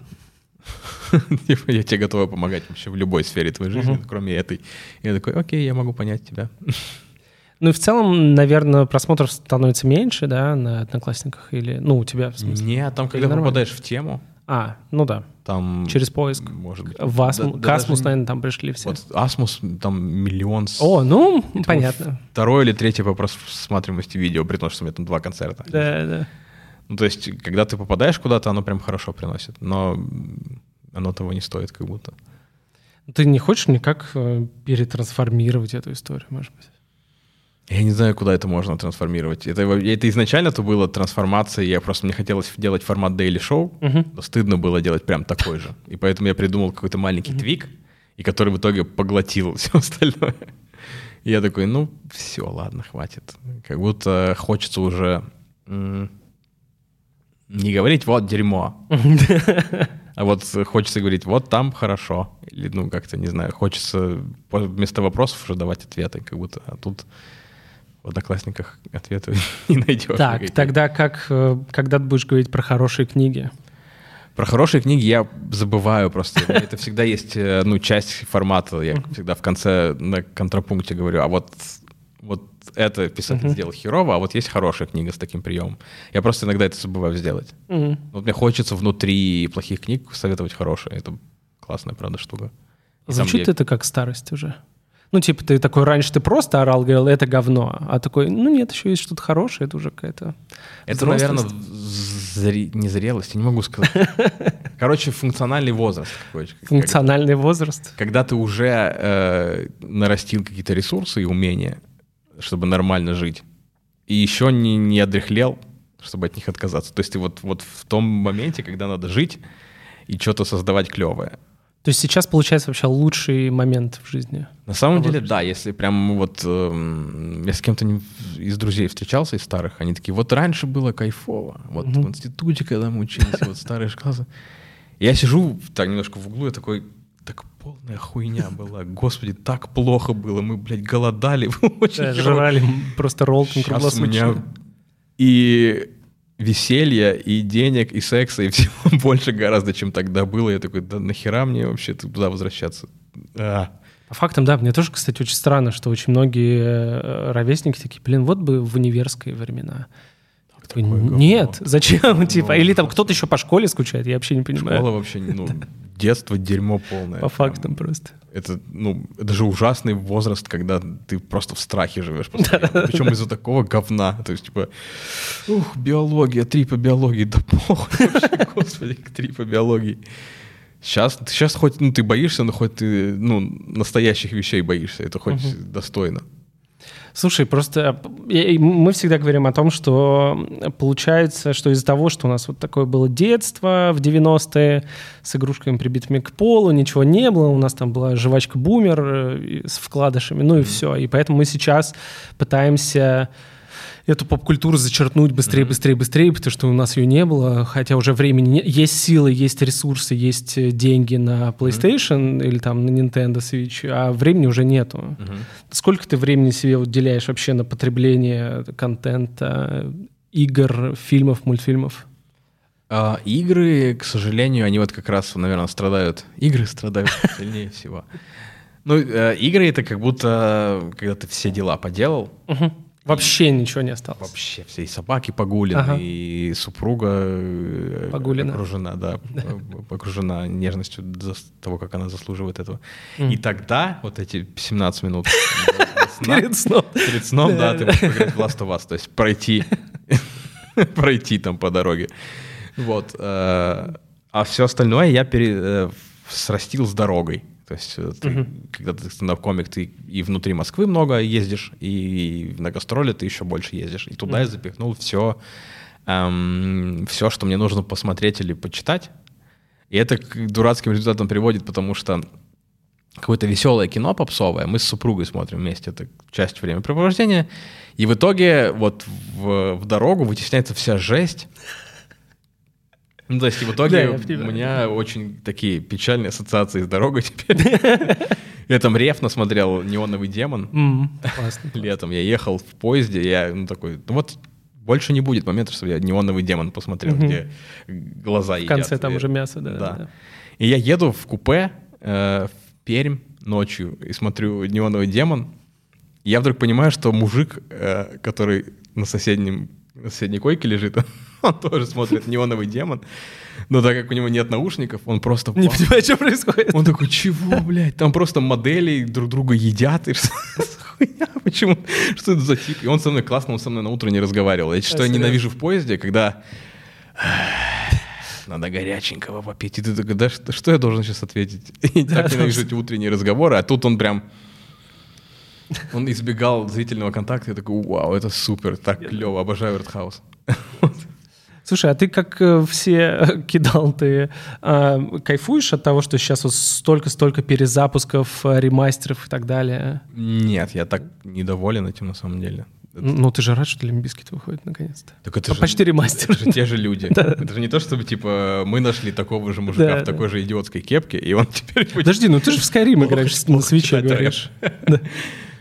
Speaker 2: Я тебе готова помогать вообще в любой сфере твоей жизни, кроме этой. Я такой, окей, я могу понять тебя.
Speaker 1: Ну и в целом, наверное, просмотров становится меньше, да, на Одноклассниках? Или, ну, у тебя, в смысле?
Speaker 2: Нет, там, когда
Speaker 1: нормально?
Speaker 2: попадаешь в тему...
Speaker 1: А, ну да.
Speaker 2: Там...
Speaker 1: Через поиск.
Speaker 2: Может быть.
Speaker 1: В Асмус,
Speaker 2: да,
Speaker 1: к Асмус,
Speaker 2: даже...
Speaker 1: наверное, там пришли все.
Speaker 2: Вот Асмус, там миллион... С...
Speaker 1: О, ну,
Speaker 2: это
Speaker 1: понятно.
Speaker 2: Второе или третье по просматриваемости видео, при том, что у меня там два концерта.
Speaker 1: Да, да.
Speaker 2: Ну, то есть, когда ты попадаешь куда-то, оно прям хорошо приносит. Но оно того не стоит, как будто.
Speaker 1: Ты не хочешь никак перетрансформировать эту историю, может быть?
Speaker 2: Я не знаю, куда это можно трансформировать. Это, это изначально-то было трансформация, я просто мне хотелось делать формат Daily Show, uh-huh. но стыдно было делать прям такой же. И поэтому я придумал какой-то маленький uh-huh. твик, и который в итоге поглотил все остальное. И я такой, ну, все, ладно, хватит. Как будто хочется уже м- не говорить «вот дерьмо», а вот хочется говорить «вот там хорошо». Или, ну, как-то, не знаю, хочется вместо вопросов уже давать ответы, как будто, а тут... в Одноклассниках ответа не найдешь.
Speaker 1: Так,
Speaker 2: никаких.
Speaker 1: тогда как, когда ты будешь говорить про хорошие книги?
Speaker 2: Про хорошие книги я забываю просто. Это всегда есть, ну, часть формата. Я всегда в конце на контрапункте говорю, а вот, вот это писатель uh-huh. сделал херово, а вот есть хорошая книга с таким приемом. Я просто иногда это забываю сделать. Uh-huh. Вот мне хочется внутри плохих книг советовать хорошие. Это классная, правда, штука. И
Speaker 1: звучит это как старость уже. Ну, типа, ты такой, раньше ты просто орал, говорил, это говно. А такой, ну нет, еще есть что-то хорошее, это уже какая-то
Speaker 2: Это, наверное, зре... не зрелость, я не могу сказать. Короче, функциональный возраст.
Speaker 1: Функциональный когда, возраст?
Speaker 2: Когда ты уже э, нарастил какие-то ресурсы и умения, чтобы нормально жить, и еще не, не одряхлел, чтобы от них отказаться. То есть ты вот, вот в том моменте, когда надо жить и что-то создавать клевое.
Speaker 1: То есть сейчас получается вообще лучший момент в жизни?
Speaker 2: На самом деле, да. Если прям вот э, я с кем-то не, из друзей встречался, из старых, они такие, вот раньше было кайфово. Вот mm-hmm. в институте, когда мы учились, вот старые классы. Я сижу так немножко в углу, я такой, так полная хуйня была. Господи, так плохо было. Мы, блядь, голодали.
Speaker 1: Да, жрали просто роллтон круглосуточно.
Speaker 2: И... веселья, и денег, и секса, и всего больше гораздо, чем тогда было. Я такой, да нахера мне вообще туда возвращаться? А.
Speaker 1: По фактам, да, мне тоже, кстати, очень странно, что очень многие ровесники такие, блин, вот бы в универские времена. Такой, нет, зачем? Типа, или там кто-то еще по школе скучает, я вообще не понимаю.
Speaker 2: Школа вообще, ну, детство, дерьмо полное.
Speaker 1: По фактам просто.
Speaker 2: Это, ну, это же ужасный возраст, когда ты просто в страхе живешь постоянно. Причем из-за такого говна. То есть, типа, ух, биология, три по биологии, да похуй вообще, господи, три по биологии. Сейчас, сейчас хоть, ну, ты боишься, но хоть ты, ну, настоящих вещей боишься, это хоть угу. достойно.
Speaker 1: Слушай, просто мы всегда говорим о том, что получается, что из-за того, что у нас вот такое было детство в девяностые с игрушками, прибитыми к полу, ничего не было, у нас там была жвачка-бумер с вкладышами, ну и все. И поэтому мы сейчас пытаемся эту поп-культуру зачерпнуть быстрее, быстрее, быстрее, потому что у нас ее не было, хотя уже времени нет. Есть силы, есть ресурсы, есть деньги на PlayStation mm-hmm. или там на Nintendo Switch, а времени уже нету. Mm-hmm. Сколько ты времени себе уделяешь вообще на потребление контента, игр, фильмов, мультфильмов?
Speaker 2: А, игры, к сожалению, они вот как раз, наверное, страдают. Игры страдают сильнее всего. Ну, игры — это как будто, когда ты все дела поделал,
Speaker 1: вообще и ничего не осталось.
Speaker 2: Вообще все. И собаки погулены, ага. и супруга
Speaker 1: погулена.
Speaker 2: окружена, да, окружена нежностью за того, как она заслуживает этого. Mm. И тогда вот эти семнадцать минут
Speaker 1: перед сном,
Speaker 2: перед сном, да, ты можешь поиграть в Last of Us, то есть пройти, пройти там по дороге. Вот. А все остальное я срастил с дорогой. То есть ты, uh-huh. когда ты стендап-комик, ты и внутри Москвы много ездишь, и на гастроли ты еще больше ездишь. И туда uh-huh. я запихнул все, эм, все, что мне нужно посмотреть или почитать. И это к дурацким результатам приводит, потому что какое-то веселое кино попсовое мы с супругой смотрим вместе. Это часть времяпрепровождения. И в итоге вот в, в дорогу вытесняется вся жесть. Ну, то есть, в итоге да, у меня очень такие печальные ассоциации с дорогой теперь. Я там рефно смотрел «Неоновый демон». Летом я ехал в поезде, я ну такой, ну вот больше не будет момента, что я «Неоновый демон» посмотрел, где глаза едят.
Speaker 1: В конце там уже мясо, да.
Speaker 2: И я еду в купе в Пермь ночью и смотрю «Неоновый демон». И я вдруг понимаю, что мужик, который на соседнем на соседней койке лежит, он тоже смотрит «Неоновый демон», но так как у него нет наушников, он просто...
Speaker 1: Не понимает, что происходит.
Speaker 2: Он такой, чего, блядь? Там просто модели друг друга едят. И что за хуйня? Почему? Что это за тип? И он со мной классно, он со мной на утро не разговаривал. Я что я ненавижу в поезде, когда... Надо горяченького попить. И ты такой, да что, что я должен сейчас ответить? И да, так ненавижу эти утренние разговоры, а тут он прям... Он избегал зрительного контакта. Я такой, вау, это супер, так клево, обожаю артхаус.
Speaker 1: Слушай, а ты, как все кидал, ты э, кайфуешь от того, что сейчас вот столько-столько перезапусков, ремастеров и так далее?
Speaker 2: Нет, я так недоволен этим на самом деле.
Speaker 1: Ну, ты же рад, что Limp Bizkit выходит наконец-то.
Speaker 2: Так это же,
Speaker 1: почти ремастер.
Speaker 2: Это же те же люди. Да. Это же не то, чтобы, типа, мы нашли такого же мужика да, в такой да. же идиотской кепке, и он теперь...
Speaker 1: Подожди, ну ты же в Skyrim играешь на свитче, говоришь.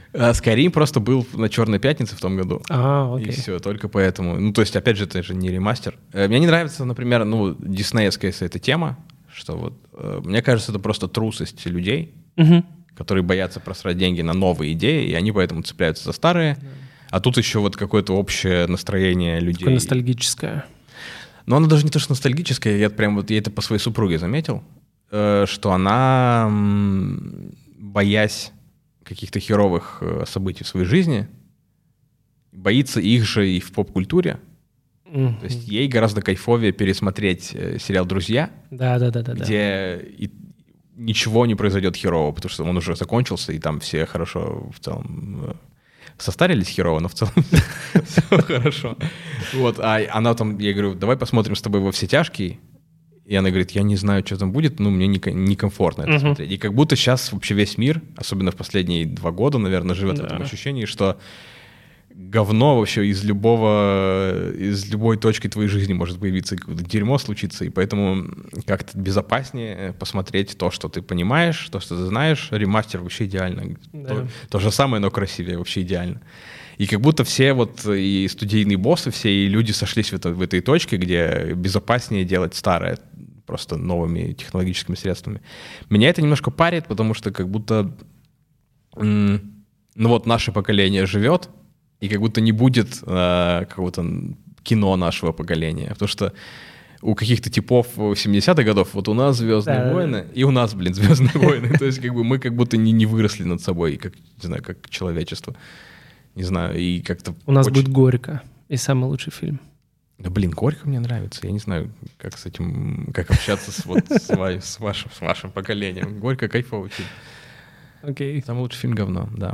Speaker 2: Скайрим просто был на Черной пятнице в том году.
Speaker 1: А, окей.
Speaker 2: И все, только поэтому. Ну, то есть, опять же, это же не ремастер. Мне не нравится, например, ну, диснеевская эта тема, что вот, мне кажется, это просто трусость людей, угу. которые боятся просрать деньги на новые идеи, и они поэтому цепляются за старые. Да. А тут еще вот какое-то общее настроение людей.
Speaker 1: Такое ностальгическое.
Speaker 2: Но оно даже не то, что ностальгическое, я прям вот я это по своей супруге заметил, что она, боясь каких-то херовых событий в своей жизни, боится их же и в поп-культуре. Mm-hmm. То есть ей гораздо кайфовее пересмотреть сериал «Друзья»,
Speaker 1: да, да, да, да,
Speaker 2: где да. И ничего не произойдет херово, потому что он уже закончился, и там все хорошо в целом состарились херово, но в целом все хорошо. Вот, а она там, я говорю, давай посмотрим с тобой «Во все тяжкие». И она говорит, я не знаю, что там будет, но мне некомфортно это uh-huh. смотреть. И как будто сейчас вообще весь мир, особенно в последние два года, наверное, живет да. в этом ощущении, что говно вообще из любого, из любой точки твоей жизни может появиться, какое-то дерьмо случится, и поэтому как-то безопаснее посмотреть то, что ты понимаешь, то, что ты знаешь. Ремастер вообще идеально. Да. То, то же самое, но красивее, вообще идеально. И как будто все вот и студийные боссы, все и люди сошлись в, это, в этой точке, где безопаснее делать старое просто новыми технологическими средствами. Меня это немножко парит, потому что как будто м- ну вот наше поколение живет, и как будто не будет э, какого-то кино нашего поколения. Потому что у каких-то типов семидесятых годов вот у нас «Звездные да, войны», да. и у нас, блин, «Звездные войны». То есть как бы мы как будто не, не выросли над собой, как, не знаю, как человечество. Не знаю, и как-то...
Speaker 1: У нас очень... будет «Горько», и самый лучший фильм.
Speaker 2: Да, блин, «Горько» мне нравится. Я не знаю, как с этим, как общаться с, вот, с, вами, с, вашим, с вашим поколением. «Горько» — кайфовый фильм.
Speaker 1: Окей.
Speaker 2: Самый лучший фильм — говно, да.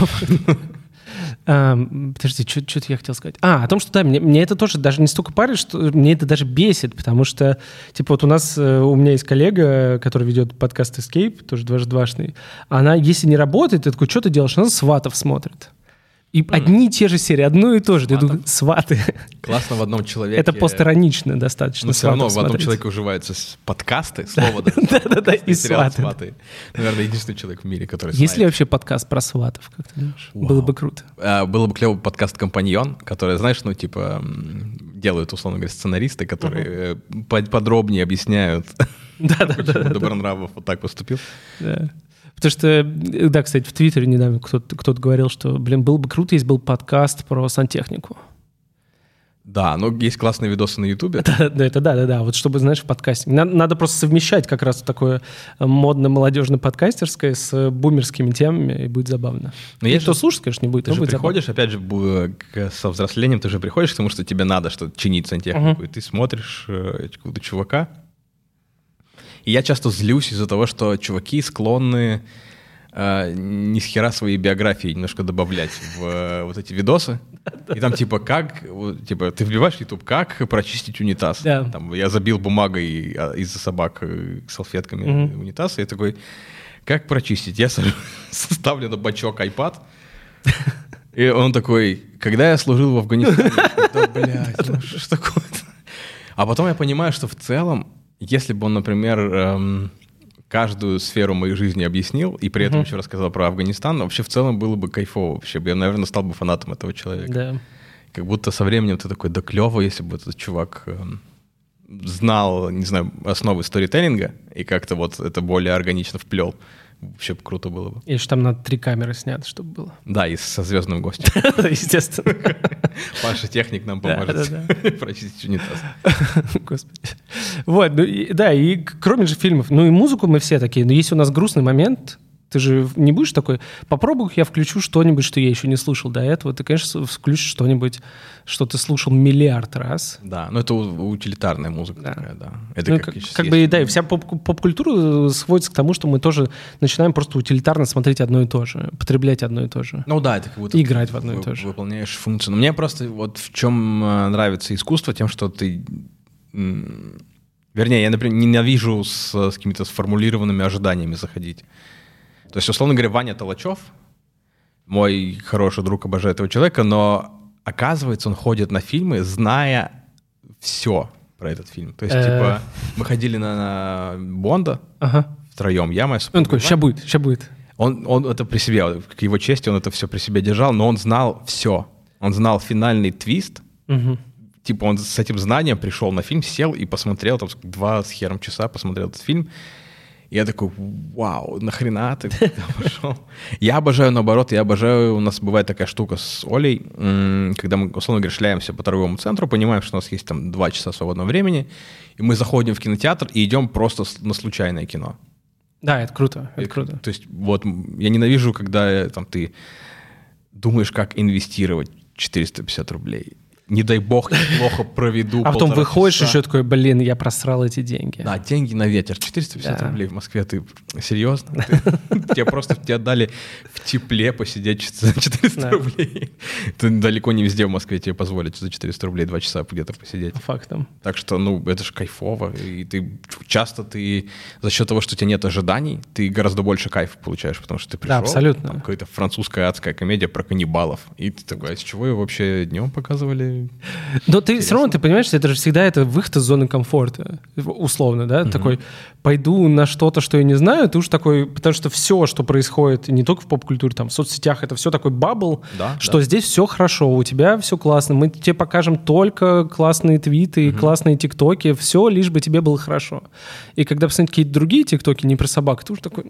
Speaker 1: Um, подожди, что-то я хотел сказать. А, о том, что да, мне, мне это тоже даже не столько парит, что мне это даже бесит, потому что, типа, вот у нас, у меня есть коллега, который ведет подкаст Escape, тоже дважды-двашный, она, если не работает, ты такой, что ты делаешь? Она «Сватов» смотрит. И mm. одни и те же серии, одно и то же. Сваты. Ты думаешь, «Сваты».
Speaker 2: Классно в одном человеке.
Speaker 1: Это постиронично достаточно.
Speaker 2: Но все равно в одном человеке уживаются подкасты, слово.
Speaker 1: Да-да-да, и «Сваты».
Speaker 2: Наверное, единственный человек в мире, который
Speaker 1: знает. Есть ли вообще подкаст про сватов, как ты думаешь? Было бы круто.
Speaker 2: Было бы клевый подкаст «Компаньон», который, знаешь, ну, типа, делают, условно говоря, сценаристы, которые подробнее объясняют, почему Добронравов вот так поступил.
Speaker 1: Да. Потому что, да, кстати, в Твиттере недавно кто-то, кто-то говорил, что, блин, было бы круто, если был подкаст про сантехнику.
Speaker 2: Да, но есть классные видосы на Ютубе.
Speaker 1: Да, да, это да, да, да. Вот чтобы, знаешь, в подкасте. Надо, надо просто совмещать как раз такое модно-молодежно-подкастерское с бумерскими темами, и будет забавно. Но есть, кто слушать, конечно, не будет,
Speaker 2: ты
Speaker 1: но
Speaker 2: же
Speaker 1: будет
Speaker 2: приходишь,
Speaker 1: забавно.
Speaker 2: Опять же, к, со взрослением ты же приходишь к тому, что тебе надо что-то чинить сантехнику, uh-huh. и ты смотришь э, какого-то чувака. И я часто злюсь из-за того, что чуваки склонны э, ни с хера своей биографии немножко добавлять в э, вот эти видосы. И там типа как, вот, типа ты вбиваешь в YouTube, как прочистить унитаз.
Speaker 1: Да.
Speaker 2: Там, я забил бумагой из-за собак салфетками mm-hmm. унитаз, и я такой, как прочистить? Я ставлю на бачок iPad, и он такой, когда я служил в Афганистане, да, блядь, ну что такое-то? А потом я понимаю, что в целом, если бы он, например, эм, каждую сферу моей жизни объяснил и при этом uh-huh. еще рассказал про Афганистан, вообще в целом было бы кайфово. Вообще, я, наверное, стал бы фанатом этого человека.
Speaker 1: Да.
Speaker 2: Как будто со временем ты такой, да клево, если бы этот чувак эм, знал, не знаю, основы сторителлинга и как-то вот это более органично вплел. Вообще круто было бы.
Speaker 1: И что там надо три камеры снято, чтобы было.
Speaker 2: Да, и со звездным гостем.
Speaker 1: Естественно.
Speaker 2: Паша техник нам поможет прочистить унитаз.
Speaker 1: Господи. Вот, ну да, и кроме же фильмов, ну и музыку мы все такие, но если у нас грустный момент, ты же не будешь такой, попробуй я включу что-нибудь, что я еще не слушал до этого, ты, конечно, включишь что-нибудь, что ты слушал миллиард раз.
Speaker 2: Да, но это утилитарная музыка да. такая, да. Это
Speaker 1: ну,
Speaker 2: как,
Speaker 1: как, как бы, да, и вся поп- поп-культура сводится к тому, что мы тоже начинаем просто утилитарно смотреть одно и то же, потреблять одно и то же.
Speaker 2: Ну да, это как будто
Speaker 1: играть в одно и то же.
Speaker 2: Выполняешь функцию. Но мне просто вот в чем нравится искусство, тем, что ты... Вернее, я, например, ненавижу с, с какими-то сформулированными ожиданиями заходить. То есть, условно говоря, Ваня Толачев, мой хороший друг, обожает этого человека, но, оказывается, он ходит на фильмы, зная все про этот фильм. То есть, типа, мы ходили на Бонда втроем, я, моя супруга.
Speaker 1: Он такой, ща будет, ща будет.
Speaker 2: Он, он это при себе, к его чести, он это все при себе держал, но он знал все. Он знал финальный твист.
Speaker 1: Угу.
Speaker 2: Типа он с этим знанием пришел на фильм, сел и посмотрел, там, два с хером часа посмотрел этот фильм. И я такой, вау, нахрена ты пошел? Я обожаю, наоборот, я обожаю, у нас бывает такая штука с Олей, когда мы, условно говоря, шляемся по торговому центру, понимаем, что у нас есть там два часа свободного времени, и мы заходим в кинотеатр и идем просто на случайное кино.
Speaker 1: Да, это круто, это
Speaker 2: и,
Speaker 1: круто.
Speaker 2: То есть вот я ненавижу, когда там ты думаешь, как инвестировать четыреста пятьдесят рублей. Не дай бог, я плохо проведу.
Speaker 1: А потом выходишь часа. Еще такой, блин, я просрал эти деньги.
Speaker 2: Да, деньги на ветер. четыреста пятьдесят да. рублей в Москве. Ты серьезно? Тебе просто тебе дали в тепле посидеть за четыреста рублей. Ты далеко не везде в Москве тебе позволят за четыреста рублей два часа где-то посидеть.
Speaker 1: Фактом.
Speaker 2: Так что, ну, это же кайфово. И ты часто ты за счет того, что у тебя нет ожиданий, ты гораздо больше кайфа получаешь, потому что ты пришел.
Speaker 1: Да, абсолютно.
Speaker 2: Там какая-то французская адская комедия про каннибалов. И ты такой, а с чего ее вообще днем показывали?
Speaker 1: Но ты все равно, ты понимаешь, это же всегда это выход из зоны комфорта, условно, да? Mm-hmm. Такой, пойду на что-то, что я не знаю, ты уж такой, потому что все, что происходит, не только в поп-культуре, там, в соцсетях, это все такой бабл, да, что да. здесь все хорошо, у тебя все классно, мы тебе покажем только классные твиты, mm-hmm. классные тиктоки, все, лишь бы тебе было хорошо. И когда посмотреть какие-то другие тиктоки, не про собак, ты уж такой...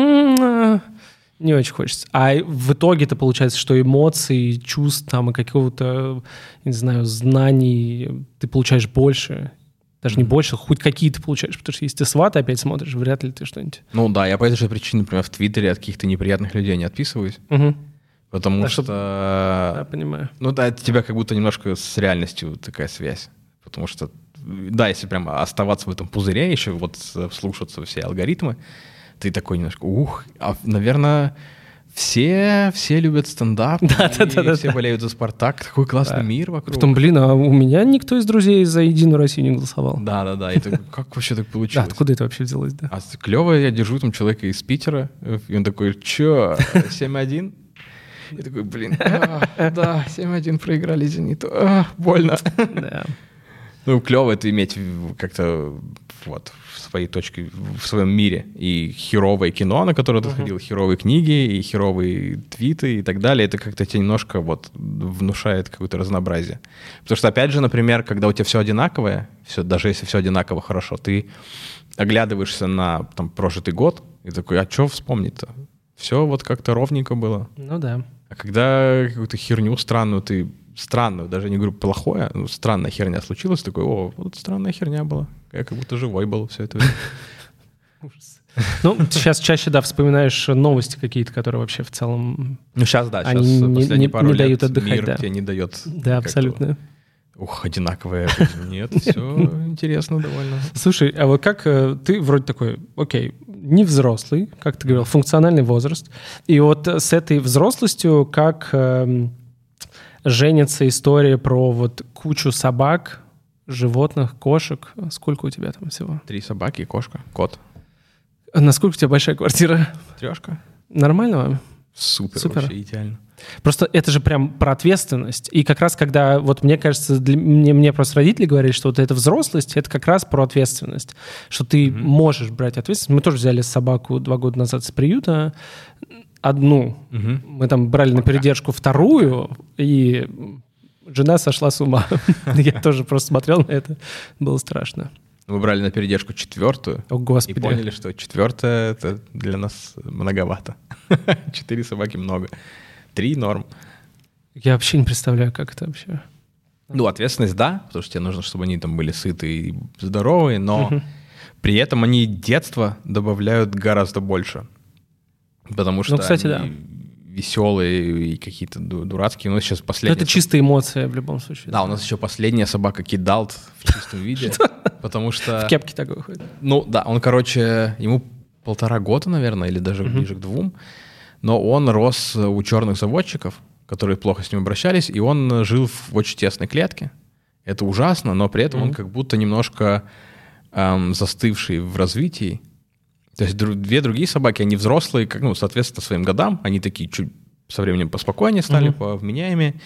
Speaker 1: Не очень хочется. А в итоге-то получается, что эмоций, чувств там, и какого-то, не знаю, знаний ты получаешь больше. Даже mm-hmm. не больше, хоть какие ты получаешь. Потому что если ты сваты опять смотришь, вряд ли ты что-нибудь...
Speaker 2: Ну да, я по этой же причине, например, в Твиттере от каких-то неприятных людей не отписываюсь. Mm-hmm. Потому да, что...
Speaker 1: Да, понимаю.
Speaker 2: Ну да, это у тебя как будто немножко с реальностью такая связь. Потому что, да, если прямо оставаться в этом пузыре, еще вот слушаться все алгоритмы, ты такой немножко, ух, а, наверное, все, все любят стендап, да, да, да, да, все да. болеют за «Спартак», такой классный да. мир вокруг.
Speaker 1: Потом, блин, а у меня никто из друзей за «Единую Россию» не голосовал.
Speaker 2: Да-да-да, и ты, как вообще так получилось?
Speaker 1: Да, откуда это вообще взялось, да?
Speaker 2: А клево, я держу там человека из Питера, и он такой, чё, семь один? Я такой, блин, да, семь один проиграли «Зениту», больно. Да. Ну, клево это иметь как-то вот в своей точке, в своем мире. И херовое кино, на которое ты uh-huh. ходил, херовые книги, и херовые твиты и так далее. Это как-то тебе немножко вот внушает какое-то разнообразие. Потому что, опять же, например, когда у тебя все одинаковое, все, даже если все одинаково хорошо, ты оглядываешься на там, прожитый год и такой, а что вспомнить-то? Все вот как-то ровненько было.
Speaker 1: Ну да.
Speaker 2: А когда какую-то херню странную ты... странную, даже не говорю плохое, ну, странная херня случилась, такой, о, вот странная херня была. Я как будто живой был все это время.
Speaker 1: Ужас. Ну, сейчас чаще, да, вспоминаешь новости какие-то, которые вообще в целом...
Speaker 2: Ну, сейчас, да, сейчас
Speaker 1: они
Speaker 2: последние
Speaker 1: не,
Speaker 2: пару
Speaker 1: не
Speaker 2: лет
Speaker 1: дают отдыхать,
Speaker 2: мир
Speaker 1: да.
Speaker 2: тебе не дает...
Speaker 1: Да, абсолютно.
Speaker 2: Ух, одинаковое. Нет, все интересно довольно.
Speaker 1: Слушай, а вот как ты вроде такой, окей, не взрослый, как ты говорил, функциональный возраст, и вот с этой взрослостью как... женится история про вот кучу собак, животных, кошек. Сколько у тебя там всего?
Speaker 2: Три собаки и кошка, кот.
Speaker 1: А насколько у тебя большая квартира?
Speaker 2: Трешка.
Speaker 1: Нормально вам?
Speaker 2: Супер,
Speaker 1: Супер.
Speaker 2: Вообще идеально.
Speaker 1: Просто это же прям про ответственность. И как раз когда, вот мне кажется, для, мне, мне просто родители говорили, что вот эта взрослость, это как раз про ответственность. Что ты mm-hmm. можешь брать ответственность. Мы тоже взяли собаку два года назад с приюта. Одну. Угу. Мы там брали Пока. на передержку вторую, и жена сошла с ума. Я тоже просто смотрел на это. Было страшно.
Speaker 2: Мы брали на передержку четвертую.
Speaker 1: О, Господи.
Speaker 2: И поняли, что четвертая — это для нас многовато. Четыре собаки много. Три — норм.
Speaker 1: Я вообще не представляю, как это вообще.
Speaker 2: Ну, ответственность, да, потому что тебе нужно, чтобы они там были сытые и здоровые, но угу. при этом они детства добавляют гораздо больше. Потому что
Speaker 1: ну, кстати,
Speaker 2: они
Speaker 1: да.
Speaker 2: веселые и какие-то дурацкие. У нас сейчас последняя...
Speaker 1: Но это чистая эмоция в любом случае.
Speaker 2: Да, да, у нас еще последняя собака Кидалт в чистом виде. Потому что...
Speaker 1: В кепке такой ходит.
Speaker 2: Ну да, он, короче, ему полтора года, наверное, или даже ближе к двум. Но он рос у черных заводчиков, которые плохо с ним обращались, и он жил в очень тесной клетке. Это ужасно, но при этом он как будто немножко застывший в развитии. То есть две другие собаки, они взрослые, как, ну, соответственно, своим годам, они такие чуть со временем поспокойнее стали, uh-huh. повменяемее.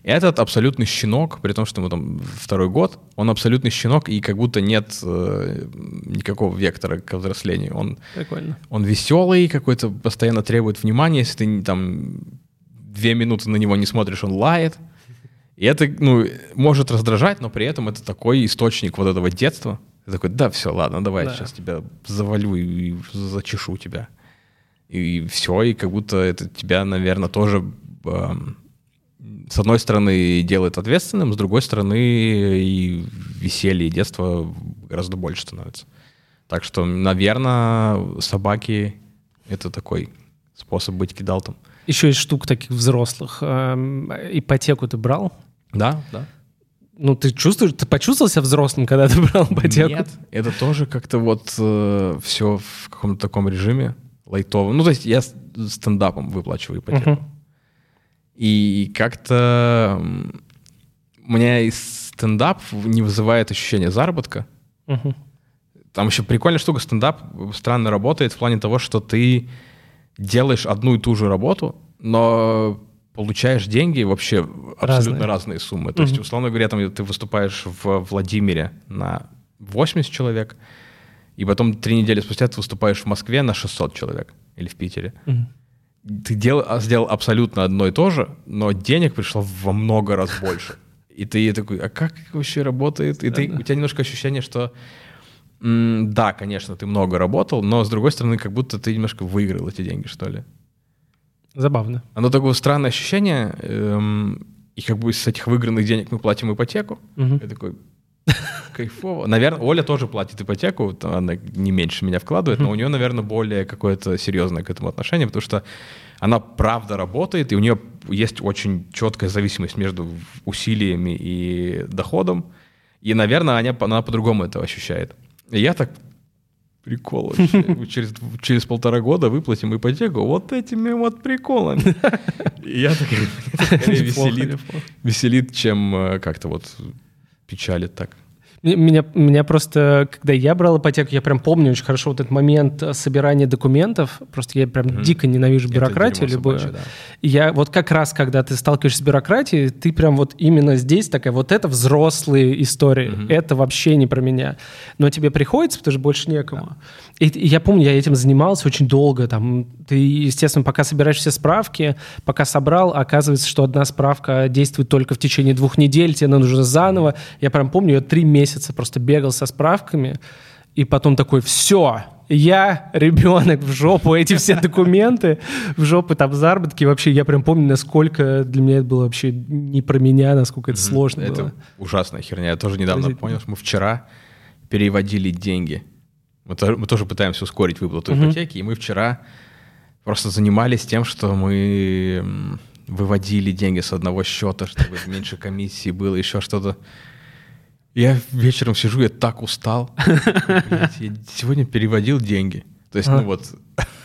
Speaker 2: Этот абсолютный щенок, при том, что ему там второй год, он абсолютный щенок, и как будто нет э, никакого вектора к взрослению. Он,
Speaker 1: Прикольно.
Speaker 2: Он веселый, какой-то постоянно требует внимания. Если ты там две минуты на него не смотришь, он лает. И это, ну, может раздражать, но при этом это такой источник вот этого детства. Ты такой, да, все, ладно, давай, да. Сейчас тебя завалю и, и зачешу тебя. И, и все, и как будто это тебя, наверное, тоже... Э, с одной стороны, делает ответственным, с другой стороны, и веселье, и детство гораздо больше становится. Так что, наверное, собаки — это такой способ быть кидалтом.
Speaker 1: Еще есть штук таких взрослых. Эм, ипотеку ты брал?
Speaker 2: Да, да.
Speaker 1: Ну, ты чувствуешь, ты почувствовал себя взрослым, когда ты брал ипотеку?
Speaker 2: Нет, это тоже как-то вот э, все в каком-то таком режиме лайтовом. Ну, то есть я стендапом выплачиваю ипотеку. Uh-huh. И как-то у меня и стендап не вызывает ощущения заработка. Uh-huh. Там еще прикольная штука, стендап странно работает в плане того, что ты делаешь одну и ту же работу, но получаешь деньги вообще абсолютно разные, разные суммы. То uh-huh. есть, условно говоря, там, ты выступаешь в Владимире на восемьдесят человек, и потом три недели спустя ты выступаешь в Москве на шестьсот человек или в Питере. Uh-huh. Ты дел, сделал абсолютно одно и то же, но денег пришло во много раз больше. И ты такой, а как вообще работает? И ты, у тебя немножко ощущение, что м, да, конечно, ты много работал, но с другой стороны, как будто ты немножко выиграл эти деньги, что ли.
Speaker 1: Забавно.
Speaker 2: Оно такое странное ощущение, эм, и как бы с этих выигранных денег мы платим ипотеку. Угу. Я такой, кайфово. Наверное, Оля тоже платит ипотеку, она не меньше меня вкладывает, но у нее, наверное, более какое-то серьезное к этому отношение, потому что она правда работает, и у нее есть очень четкая зависимость между усилиями и доходом, и, наверное, она, она по-другому это ощущает. И я так, прикол вообще, через, через полтора года выплатим ипотеку вот этими вот приколами. И я так, это скорее веселит, веселит, чем как-то вот печалит так.
Speaker 1: Меня, меня просто, когда я брал ипотеку, я прям помню очень хорошо вот этот момент собирания документов. Просто я прям mm-hmm. дико ненавижу бюрократию любую. Собачье, да. И я вот как раз, когда ты сталкиваешься с бюрократией, ты прям вот именно здесь такая, вот это взрослые истории. Mm-hmm. Это вообще не про меня. Но тебе приходится, потому что больше некому. Да. И, и я помню, я этим занимался очень долго. Там, ты, естественно, пока собираешь все справки, пока собрал, оказывается, что одна справка действует только в течение двух недель, тебе нужно заново. Я прям помню, я три месяца просто бегал со справками, и потом такой, все, я ребенок, в жопу эти все документы, в жопу там заработки. Вообще, я прям помню, насколько для меня это было вообще не про меня, насколько это mm-hmm. сложно это было. Это
Speaker 2: ужасная херня. Я тоже недавно понял, что мы вчера переводили деньги. Мы тоже, мы тоже пытаемся ускорить выплату mm-hmm. ипотеки, и мы вчера просто занимались тем, что мы выводили деньги с одного счета, чтобы меньше комиссии было, еще что-то. Я вечером сижу, я так устал. Блядь, я сегодня переводил деньги. То есть, а. ну вот,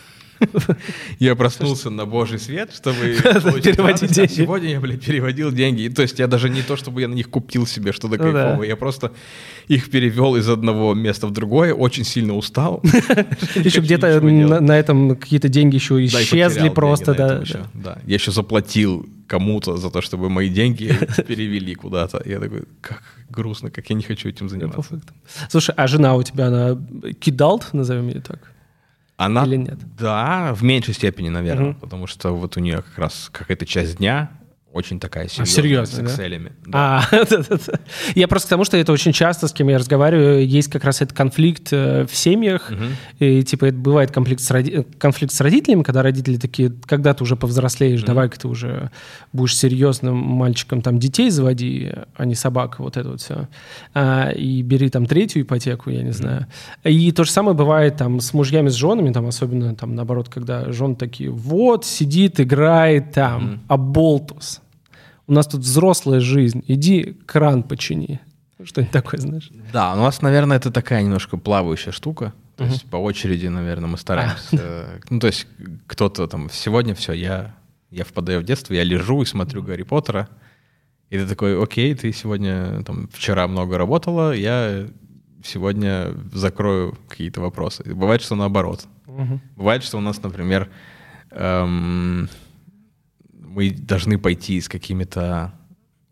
Speaker 2: я проснулся на Божий свет, чтобы переводить деньги. Сегодня я, блядь, переводил деньги. И, то есть я даже не то, чтобы я на них купил себе что-то ну, кайфовое, да. я просто их перевел из одного места в другое, очень сильно устал.
Speaker 1: Еще где-то на, на этом какие-то деньги еще исчезли да, просто. Да, да.
Speaker 2: Еще, да. Я еще заплатил кому-то за то, чтобы мои деньги перевели куда-то. Я такой, как грустно, как я не хочу этим заниматься.
Speaker 1: Слушай, а жена у тебя, она кидалт, назовем ее так?
Speaker 2: Она,
Speaker 1: или нет?
Speaker 2: Да, в меньшей степени, наверное, угу. потому что вот у нее как раз какая-то часть дня очень такая серьезная, а, с экселями.
Speaker 1: Да? Да. А, я просто к тому, что это очень часто, с кем я разговариваю, есть как раз этот конфликт в семьях, угу. и типа это бывает конфликт с, роди... конфликт с родителями, когда родители такие, когда ты уже повзрослеешь, угу. давай-ка ты уже будешь серьезным мальчиком, там детей заводи, а не собак, вот это вот все, а, и бери там третью ипотеку, я не угу. знаю. И то же самое бывает там с мужьями, с женами, там особенно там наоборот, когда жены такие, вот сидит, играет там, угу. оболтус. У нас тут взрослая жизнь. Иди кран почини. Что-нибудь такое, знаешь?
Speaker 2: Да, у нас, наверное, это такая немножко плавающая штука. То uh-huh. есть по очереди, наверное, мы стараемся. А. Ну, то есть кто-то там... Сегодня все, я, я впадаю в детство, я лежу и смотрю Гарри Поттера. И ты такой, окей, ты сегодня... Там, вчера много работала, я сегодня закрою какие-то вопросы. И бывает, что наоборот. Uh-huh. Бывает, что у нас, например... Эм, мы должны пойти с какими-то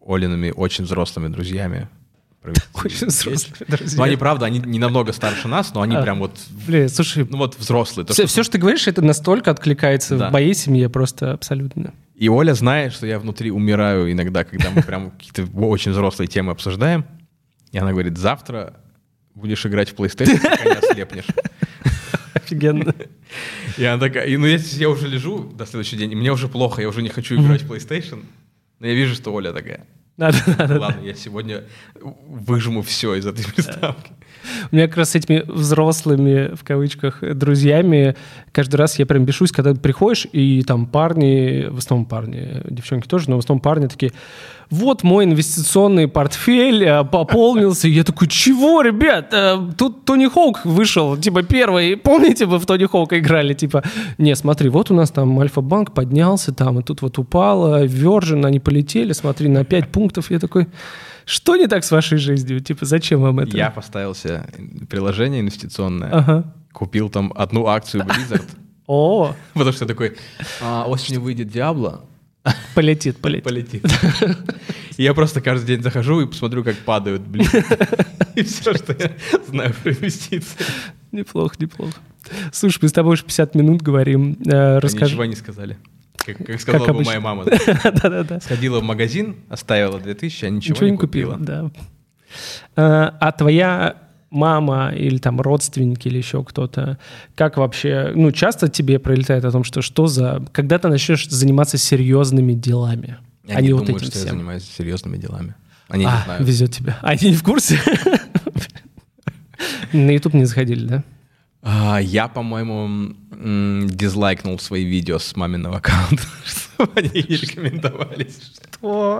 Speaker 2: Олиными очень взрослыми друзьями.
Speaker 1: Очень взрослыми друзьями.
Speaker 2: Ну, они, правда, они не намного старше нас, но они а, прям вот...
Speaker 1: Блин, слушай...
Speaker 2: Ну, вот взрослые.
Speaker 1: То, все, что... все, что ты говоришь, это настолько откликается да. в моей семье просто абсолютно.
Speaker 2: И Оля знает, что я внутри умираю иногда, когда мы прям какие-то очень взрослые темы обсуждаем. И она говорит, завтра будешь играть в PlayStation, пока не ослепнешь.
Speaker 1: Офигенно.
Speaker 2: И она такая... И, ну, я, я уже лежу до следующего дня, и мне уже плохо, я уже не хочу играть в PlayStation. Но я вижу, что Оля такая...
Speaker 1: Надо, надо,
Speaker 2: Ладно, да. я сегодня выжму все из этой приставки.
Speaker 1: У меня как раз с этими взрослыми, в кавычках, друзьями каждый раз я прям бешусь, когда ты приходишь, и там парни, в основном парни, девчонки тоже, но в основном парни такие, вот мой инвестиционный портфель пополнился. И я такой, чего, ребят? Тут Тони Хоук вышел, типа, первый. Помните, вы в Тони Хоука играли? Типа, не, смотри, вот у нас там Альфа-банк поднялся, там, и тут вот упало, Virgin, они полетели, смотри, на пять пунктов. Я такой, что не так с вашей жизнью? Типа, зачем вам это?
Speaker 2: Я поставил себе приложение инвестиционное,
Speaker 1: ага.
Speaker 2: купил там одну акцию Blizzard.
Speaker 1: О!
Speaker 2: Потому что такой, осенью выйдет Diablo.
Speaker 1: Полетит, полетит.
Speaker 2: Полетит. И я просто каждый день захожу и посмотрю, как падают Blizzard. И все, что я знаю про инвестиции.
Speaker 1: Неплохо, неплохо. Слушай, мы с тобой уже пятьдесят минут говорим. Расскажи.
Speaker 2: Ничего не сказали. Как, как сказала как бы моя мама. Да-да-да. Сходила в магазин, оставила две тысячи, а ничего, ничего не купила. Не купила,
Speaker 1: да. А твоя мама или там родственники или еще кто-то, как вообще, ну, часто тебе прилетает о том, что что за... Когда ты начнешь заниматься серьезными делами?
Speaker 2: Я а не думаю, вот что всем. Я занимаюсь серьезными делами. Они
Speaker 1: а,
Speaker 2: не знают.
Speaker 1: Везет тебя. Они не в курсе? На YouTube не заходили, да?
Speaker 2: А, я, по-моему, дизлайкнул свои видео с маминого аккаунта, чтобы они не рекомендовались.
Speaker 1: Что?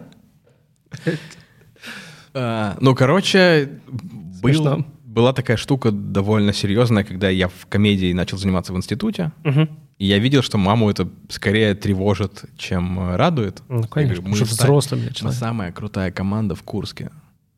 Speaker 2: а, ну, короче, был, была такая штука довольно серьезная, когда я в комедии начал заниматься в институте, угу. и я видел, что маму это скорее тревожит, чем радует.
Speaker 1: Ну, конечно, говорю, мы взрослым человек.
Speaker 2: Мы самая крутая команда в Курске.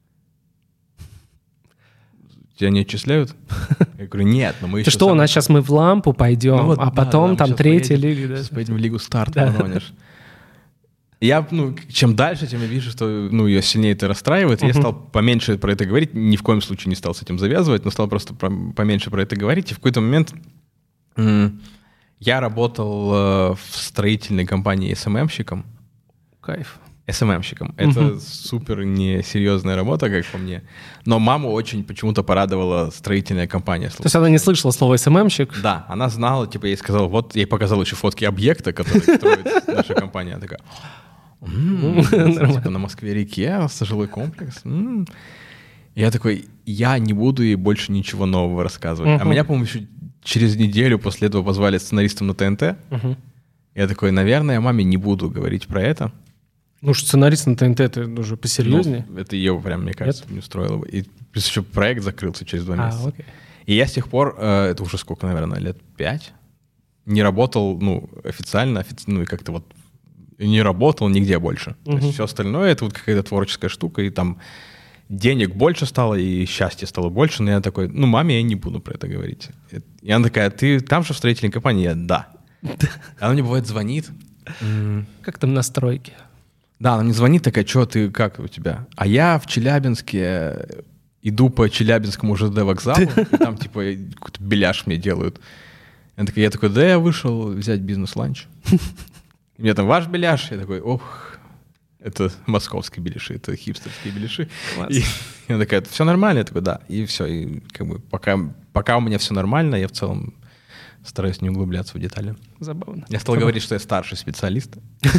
Speaker 2: Тебя не отчисляют? Я говорю, нет, но мы еще...
Speaker 1: Ты что, у нас сейчас мы в лампу пойдем, ну, вот, а да, потом да, там третья лига. Да?
Speaker 2: Сейчас поедем в Лигу Старт, да. Воронеж. Я, ну, чем дальше, тем я вижу, что, ну, ее сильнее это расстраивает. Uh-huh. Я стал поменьше про это говорить, ни в коем случае не стал с этим завязывать, но стал просто про, поменьше про это говорить. И в какой-то момент м- я работал э, в строительной компании эс эм эм-щиком.
Speaker 1: Кайф.
Speaker 2: эс эм эм-щиком. Это uh-huh. супер несерьезная работа, как по мне. Но маму очень почему-то порадовала строительная компания.
Speaker 1: То есть она не слышала слова эс эм эм-щик?
Speaker 2: Да, она знала, типа, я ей сказал, вот, я ей показал еще фотки объекта, который строит наша компания. Она такая, типа, на Москве-реке, жилой комплекс. Я такой, я не буду ей больше ничего нового рассказывать. А меня, по-моему, еще через неделю после этого позвали сценаристом на тэ эн тэ. Я такой, наверное, маме не буду говорить про это.
Speaker 1: Ну, что сценарист на тэ эн тэ, это уже посерьезнее.
Speaker 2: Ну, это ее прям, мне кажется, Нет? не устроило бы. И плюс еще проект закрылся через два месяца.
Speaker 1: А, окей.
Speaker 2: И я с тех пор, э, это уже сколько, наверное, лет пять, не работал, ну, официально, офици... ну, и как-то вот не работал нигде больше. Угу. То есть все остальное — это вот какая-то творческая штука, и там денег больше стало, и счастья стало больше, но я такой, ну, маме я не буду про это говорить. И она такая, ты там же в строительной компании? Я, да. Она мне, бывает, звонит.
Speaker 1: Как там настройки?
Speaker 2: Да, она мне звонит, такая, что ты, как у тебя? А я в Челябинске иду по Челябинскому ЖД вокзалу, и там, типа, какой-то беляш мне делают. Я такой, я такой, да, я вышел взять бизнес-ланч. И мне там, ваш беляш? Я такой, ох, это московские беляши, это хипстерские беляши. И она такая, все нормально? Я такой, да. И все, и как бы пока, пока у меня все нормально, я в целом стараюсь не углубляться в детали.
Speaker 1: Забавно.
Speaker 2: Я стал
Speaker 1: Забавно.
Speaker 2: говорить, что я старший специалист.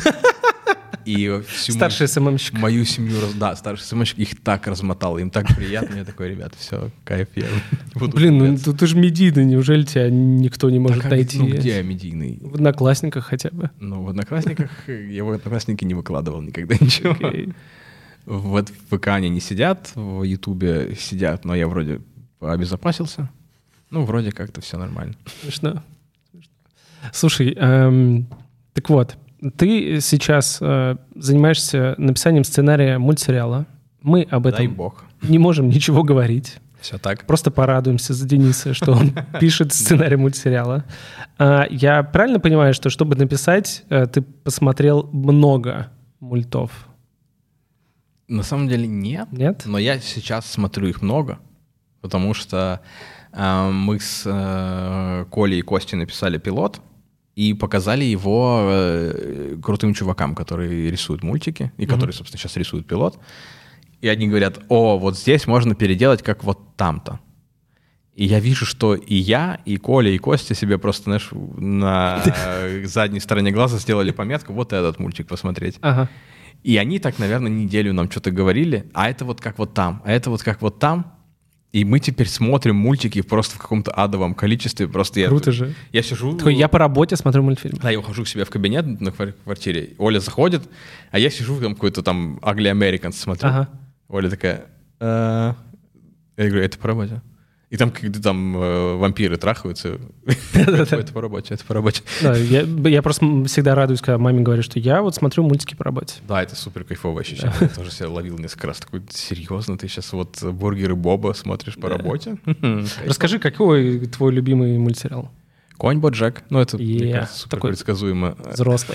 Speaker 2: И всю
Speaker 1: старший эс эм эм-щик.
Speaker 2: Мою семью, да, старший эс эм эм-щик, их так размотал, им так приятно. Я такой, ребят, все, кайф, я буду.
Speaker 1: Блин, ну ты, ты же медийный, неужели тебя никто не может
Speaker 2: так,
Speaker 1: найти?
Speaker 2: Ну где я медийный?
Speaker 1: В Одноклассниках хотя бы.
Speaker 2: Ну, в Одноклассниках, я в Одноклассники не выкладывал никогда ничего. Okay. Вот в ВК они не сидят, в Ютубе сидят, но я вроде обезопасился. Ну, вроде как-то все нормально.
Speaker 1: Смешно. Слушай, эм, так вот, ты сейчас э, занимаешься написанием сценария мультсериала. Мы об этом
Speaker 2: Дай бог.
Speaker 1: не можем ничего говорить.
Speaker 2: Все так.
Speaker 1: Просто порадуемся за Дениса, что он пишет сценарий мультсериала. Я правильно понимаю, что чтобы написать, ты посмотрел много мультов?
Speaker 2: На самом деле нет.
Speaker 1: Нет?
Speaker 2: Но я сейчас смотрю их много, потому что э, мы с э, Колей и Костей написали пилот и показали его э, крутым чувакам, которые рисуют мультики, и mm-hmm. которые, собственно, сейчас рисуют пилот. И они говорят, о, вот здесь можно переделать, как вот там-то. И я вижу, что и я, и Коля, и Костя себе просто, знаешь, на задней стороне глаза сделали пометку, вот этот мультик посмотреть.
Speaker 1: Ага.
Speaker 2: И они так, наверное, неделю нам что-то говорили, а это вот как вот там, а это вот как вот там. И мы теперь смотрим мультики просто в каком-то адовом количестве. Просто
Speaker 1: Круто
Speaker 2: я,
Speaker 1: же.
Speaker 2: Я сижу...
Speaker 1: Такой, я по работе смотрю мультфильм.
Speaker 2: Да, я ухожу к себе в кабинет на квартире, Оля заходит, а я сижу там какой-то там Ugly Americans смотрю.
Speaker 1: Ага.
Speaker 2: Оля такая... «Э-э-э». Я говорю, это по работе. И там, когда там э, вампиры трахаются, это по работе, это по работе.
Speaker 1: Да, я, я просто всегда радуюсь, когда маме говорят, что я вот смотрю мультики по работе.
Speaker 2: Да, это супер кайфовое ощущение. Я тоже себя ловил несколько раз. Такой, серьезно, ты сейчас вот бургеры Боба смотришь по работе?
Speaker 1: Расскажи, какой твой любимый мультсериал?
Speaker 2: Конь Боджек. Ну, это, мне кажется, супер предсказуемо.
Speaker 1: Взрослый.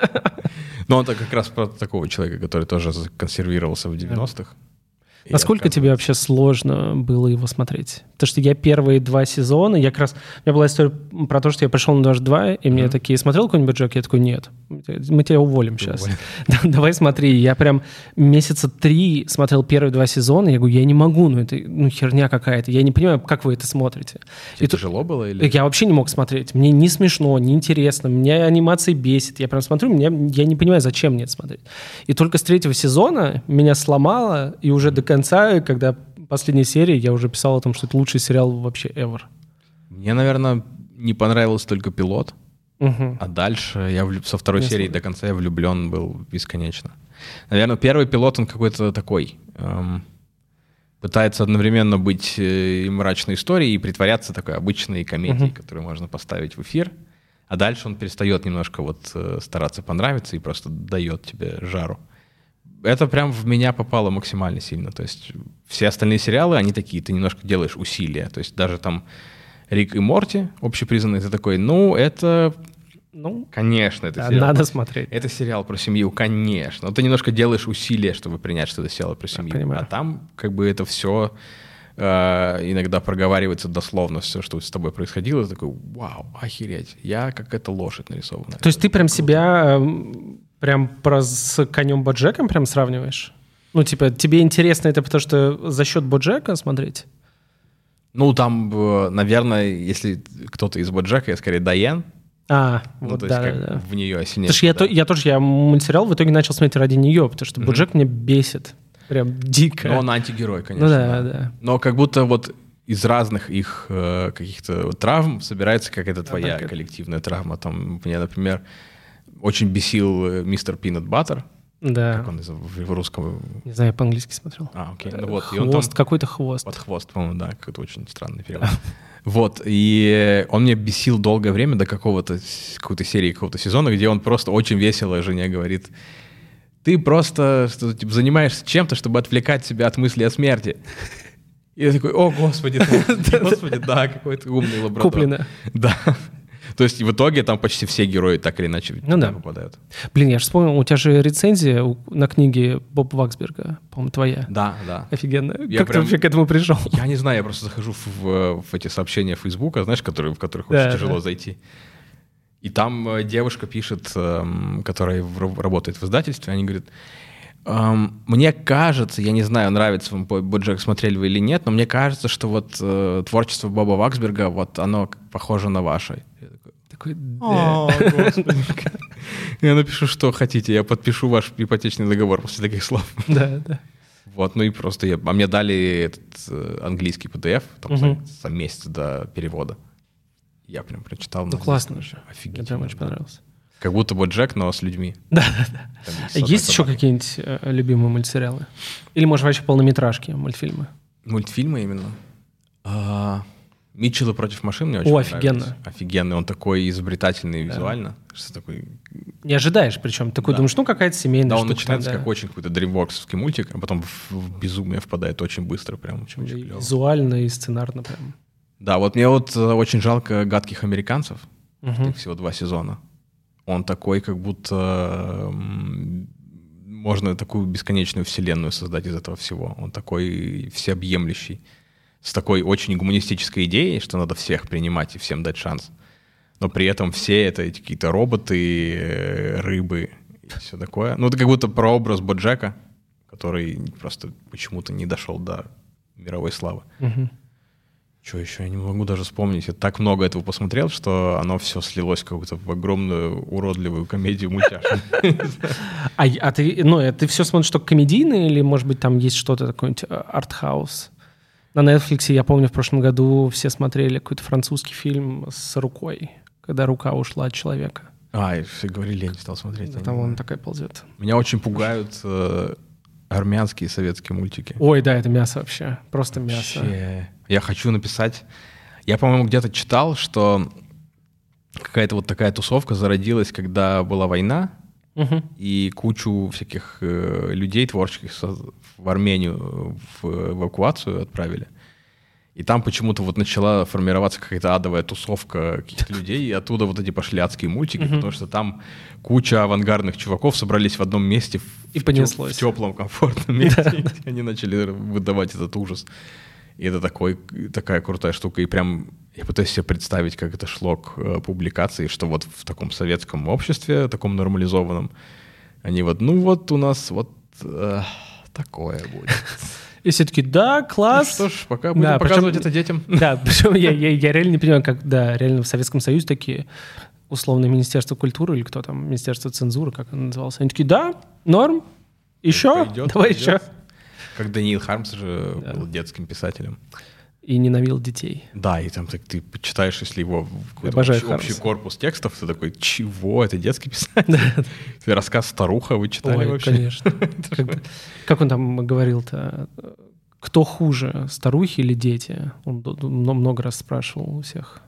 Speaker 2: Но он-то как раз про такого человека, который тоже законсервировался в девяностых.
Speaker 1: Насколько тебе вообще сложно было его смотреть? Потому что я первые два сезона, я как раз... У меня была история про то, что я пришел на дважды два, и mm-hmm. мне такие, смотрел какой-нибудь Джек? Я такой, нет, мы тебя уволим Ты сейчас. Да, давай смотри. Я прям месяца три смотрел первые два сезона, я говорю, я не могу, ну это ну, херня какая-то, я не понимаю, как вы это смотрите.
Speaker 2: Тебе и тяжело тут... было? Или...
Speaker 1: Я вообще не мог смотреть. Мне не смешно, не интересно, меня анимация бесит. Я прям смотрю, меня... я не понимаю, зачем мне это смотреть. И только с третьего сезона меня сломало, и уже до конца, когда последняя серия, я уже писал о том, что это лучший сериал вообще ever.
Speaker 2: Мне, наверное, не понравился только пилот,
Speaker 1: угу.
Speaker 2: а дальше я влюб... со второй я серии смотрю. До конца я влюблен был бесконечно. Наверное, первый пилот, он какой-то такой, эм, пытается одновременно быть э, и мрачной историей, и притворяться такой обычной комедией, угу. которую можно поставить в эфир, а дальше он перестает немножко вот э, стараться понравиться и просто дает тебе жару. Это прям в меня попало максимально сильно. То есть все остальные сериалы, они такие, ты немножко делаешь усилия. То есть даже там Рик и Морти, общепризнанный, ты такой, ну, это...
Speaker 1: Ну,
Speaker 2: конечно, это
Speaker 1: да,
Speaker 2: сериал.
Speaker 1: Надо
Speaker 2: про...
Speaker 1: смотреть.
Speaker 2: Это сериал про семью, конечно. Но ты немножко делаешь усилия, чтобы принять, что это сериал про семью. А там как бы это все э, иногда проговаривается дословно, все, что с тобой происходило. Ты такой, вау, охереть, я как эта лошадь нарисована.
Speaker 1: То есть ты прям себя... Прям про с конем Боджеком прям сравниваешь? Ну, типа, тебе интересно это потому, что за счет Боджека смотреть?
Speaker 2: Ну, там, наверное, если кто-то из Боджека, я скорее Дайен.
Speaker 1: А,
Speaker 2: ну,
Speaker 1: вот
Speaker 2: то
Speaker 1: да,
Speaker 2: есть,
Speaker 1: да, да.
Speaker 2: В нее осенет.
Speaker 1: Потому что я, то, я тоже, я мультсериал в итоге начал смотреть ради нее, потому что mm-hmm. Боджек меня бесит. Прям дико.
Speaker 2: Но он антигерой, конечно.
Speaker 1: Ну да, да. да.
Speaker 2: Но как будто вот из разных их э, каких-то травм собирается какая-то твоя а, коллективная травма. Там мне, например... Очень бесил мистер Пинат Баттер.
Speaker 1: Да.
Speaker 2: Как он в русском...
Speaker 1: Не знаю, я по-английски смотрел.
Speaker 2: А, окей. Ну, вот.
Speaker 1: Хвост,
Speaker 2: и он там...
Speaker 1: какой-то хвост.
Speaker 2: Под хвост, по-моему, да. Какой-то очень странный перевод. Вот. И он меня бесил долгое время до какого-то какой-то серии, какого-то сезона, где он просто очень весело жене говорит, ты просто что, типа, занимаешься чем-то, чтобы отвлекать себя от мысли о смерти. И я такой, о, господи, господи, да, какой ты умный лабрадор.
Speaker 1: Куплено.
Speaker 2: Да. То есть в итоге там почти все герои так или иначе
Speaker 1: ну, да.
Speaker 2: попадают.
Speaker 1: Блин, я же вспомнил, у тебя же рецензия на книге Боба Ваксберга, по-моему, твоя.
Speaker 2: Да, да.
Speaker 1: Офигенно.
Speaker 2: Я
Speaker 1: как прям... ты вообще к этому пришел?
Speaker 2: Я не знаю, я просто захожу в, в, в эти сообщения Фейсбука, знаешь, которые, в которых да, очень тяжело да. зайти. И там девушка пишет, которая работает в издательстве, они говорят, мне кажется, я не знаю, нравится вам Боджек, смотрели вы или нет, но мне кажется, что вот э, творчество Боба Ваксберга, вот оно похоже на ваше. Я такой, такой да. Я напишу, что хотите, я подпишу ваш ипотечный договор после таких слов.
Speaker 1: Да, да.
Speaker 2: Вот, ну и просто я... А мне дали этот английский пи ди эф там, угу. за, за месяц до перевода. Я прям прочитал.
Speaker 1: Ну классно вообще.
Speaker 2: Офигительно.
Speaker 1: Мне прям очень понравился.
Speaker 2: Как будто бы Джек, но с людьми.
Speaker 1: Да, да, да. Есть, есть еще какие-нибудь э, любимые мультсериалы? Или, может, вообще полнометражки, мультфильмы?
Speaker 2: Мультфильмы именно? А, «Митчеллы против машин» мне очень
Speaker 1: О,
Speaker 2: нравится.
Speaker 1: офигенно.
Speaker 2: Офигенный. Он такой изобретательный
Speaker 1: да.
Speaker 2: визуально. Что такой...
Speaker 1: Не ожидаешь, причем. Такой да. думаешь, ну, какая-то семейная
Speaker 2: да,
Speaker 1: штука.
Speaker 2: Да, он начинается
Speaker 1: да.
Speaker 2: как очень какой-то дримворксовский мультик, а потом в, в безумие впадает очень быстро. Прям очень, очень клево.
Speaker 1: Визуально и сценарно прям.
Speaker 2: Да, вот мне вот очень жалко «Гадких американцев».
Speaker 1: Угу.
Speaker 2: Всего два сезона. Он такой, как будто можно такую бесконечную вселенную создать из этого всего. Он такой всеобъемлющий, с такой очень гуманистической идеей, что надо всех принимать и всем дать шанс. Но при этом все это эти какие-то роботы, рыбы и все такое. Ну, это как будто прообраз Боджека, который просто почему-то не дошел до мировой славы.
Speaker 1: Угу.
Speaker 2: Что еще? Я не могу даже вспомнить. Я так много этого посмотрел, что оно все слилось как-то в огромную уродливую комедию мультяшную.
Speaker 1: А, а ты, ну, ты все смотришь только комедийные или, может быть, там есть что-то такое-нибудь артхаус? На Netflix, я помню, в прошлом году все смотрели какой-то французский фильм с рукой, когда рука ушла от человека.
Speaker 2: А, все говорили, я не стал смотреть.
Speaker 1: Да, там он такая ползет.
Speaker 2: Меня очень пугают э, армянские советские мультики.
Speaker 1: Ой, да, это мясо вообще. Просто мясо.
Speaker 2: Вообще. Я хочу написать... Я, по-моему, где-то читал, что какая-то вот такая тусовка зародилась, когда была война,
Speaker 1: угу.
Speaker 2: и кучу всяких э, людей творческих со- в Армению в эвакуацию отправили. И там почему-то вот начала формироваться какая-то адовая тусовка каких-то людей, и оттуда вот эти пошли адские мультики, uh-huh. потому что там куча авангардных чуваков собрались в одном месте,
Speaker 1: и
Speaker 2: в,
Speaker 1: понеслось.
Speaker 2: Теп- в теплом, комфортном месте, и они начали выдавать этот ужас. И это такой, такая крутая штука, и прям я пытаюсь себе представить, как это шло к э, публикации, что вот в таком советском обществе, таком нормализованном, они вот, ну вот у нас вот э, такое будет.
Speaker 1: И все таки да, класс.
Speaker 2: Ну что ж, пока будем
Speaker 1: да,
Speaker 2: показывать
Speaker 1: причем,
Speaker 2: это детям.
Speaker 1: Да, причем я, я, я реально не понимаю, как, да, реально в Советском Союзе такие условное Министерство культуры или кто там, Министерство цензуры, как оно называлось. Они такие, да, норм, еще,
Speaker 2: пойдет,
Speaker 1: давай
Speaker 2: пойдет.
Speaker 1: еще.
Speaker 2: Как Даниил Хармс же
Speaker 1: да.
Speaker 2: был детским писателем.
Speaker 1: И ненавидел детей.
Speaker 2: Да, и там так, ты почитаешь, если его какой-то
Speaker 1: общий,
Speaker 2: общий корпус текстов, ты такой, чего, это детский писатель? Рассказ «Старуха» вы читали
Speaker 1: Ой,
Speaker 2: вообще?
Speaker 1: конечно. Как он там говорил-то? Кто хуже, старухи или дети? Он много раз спрашивал у всех.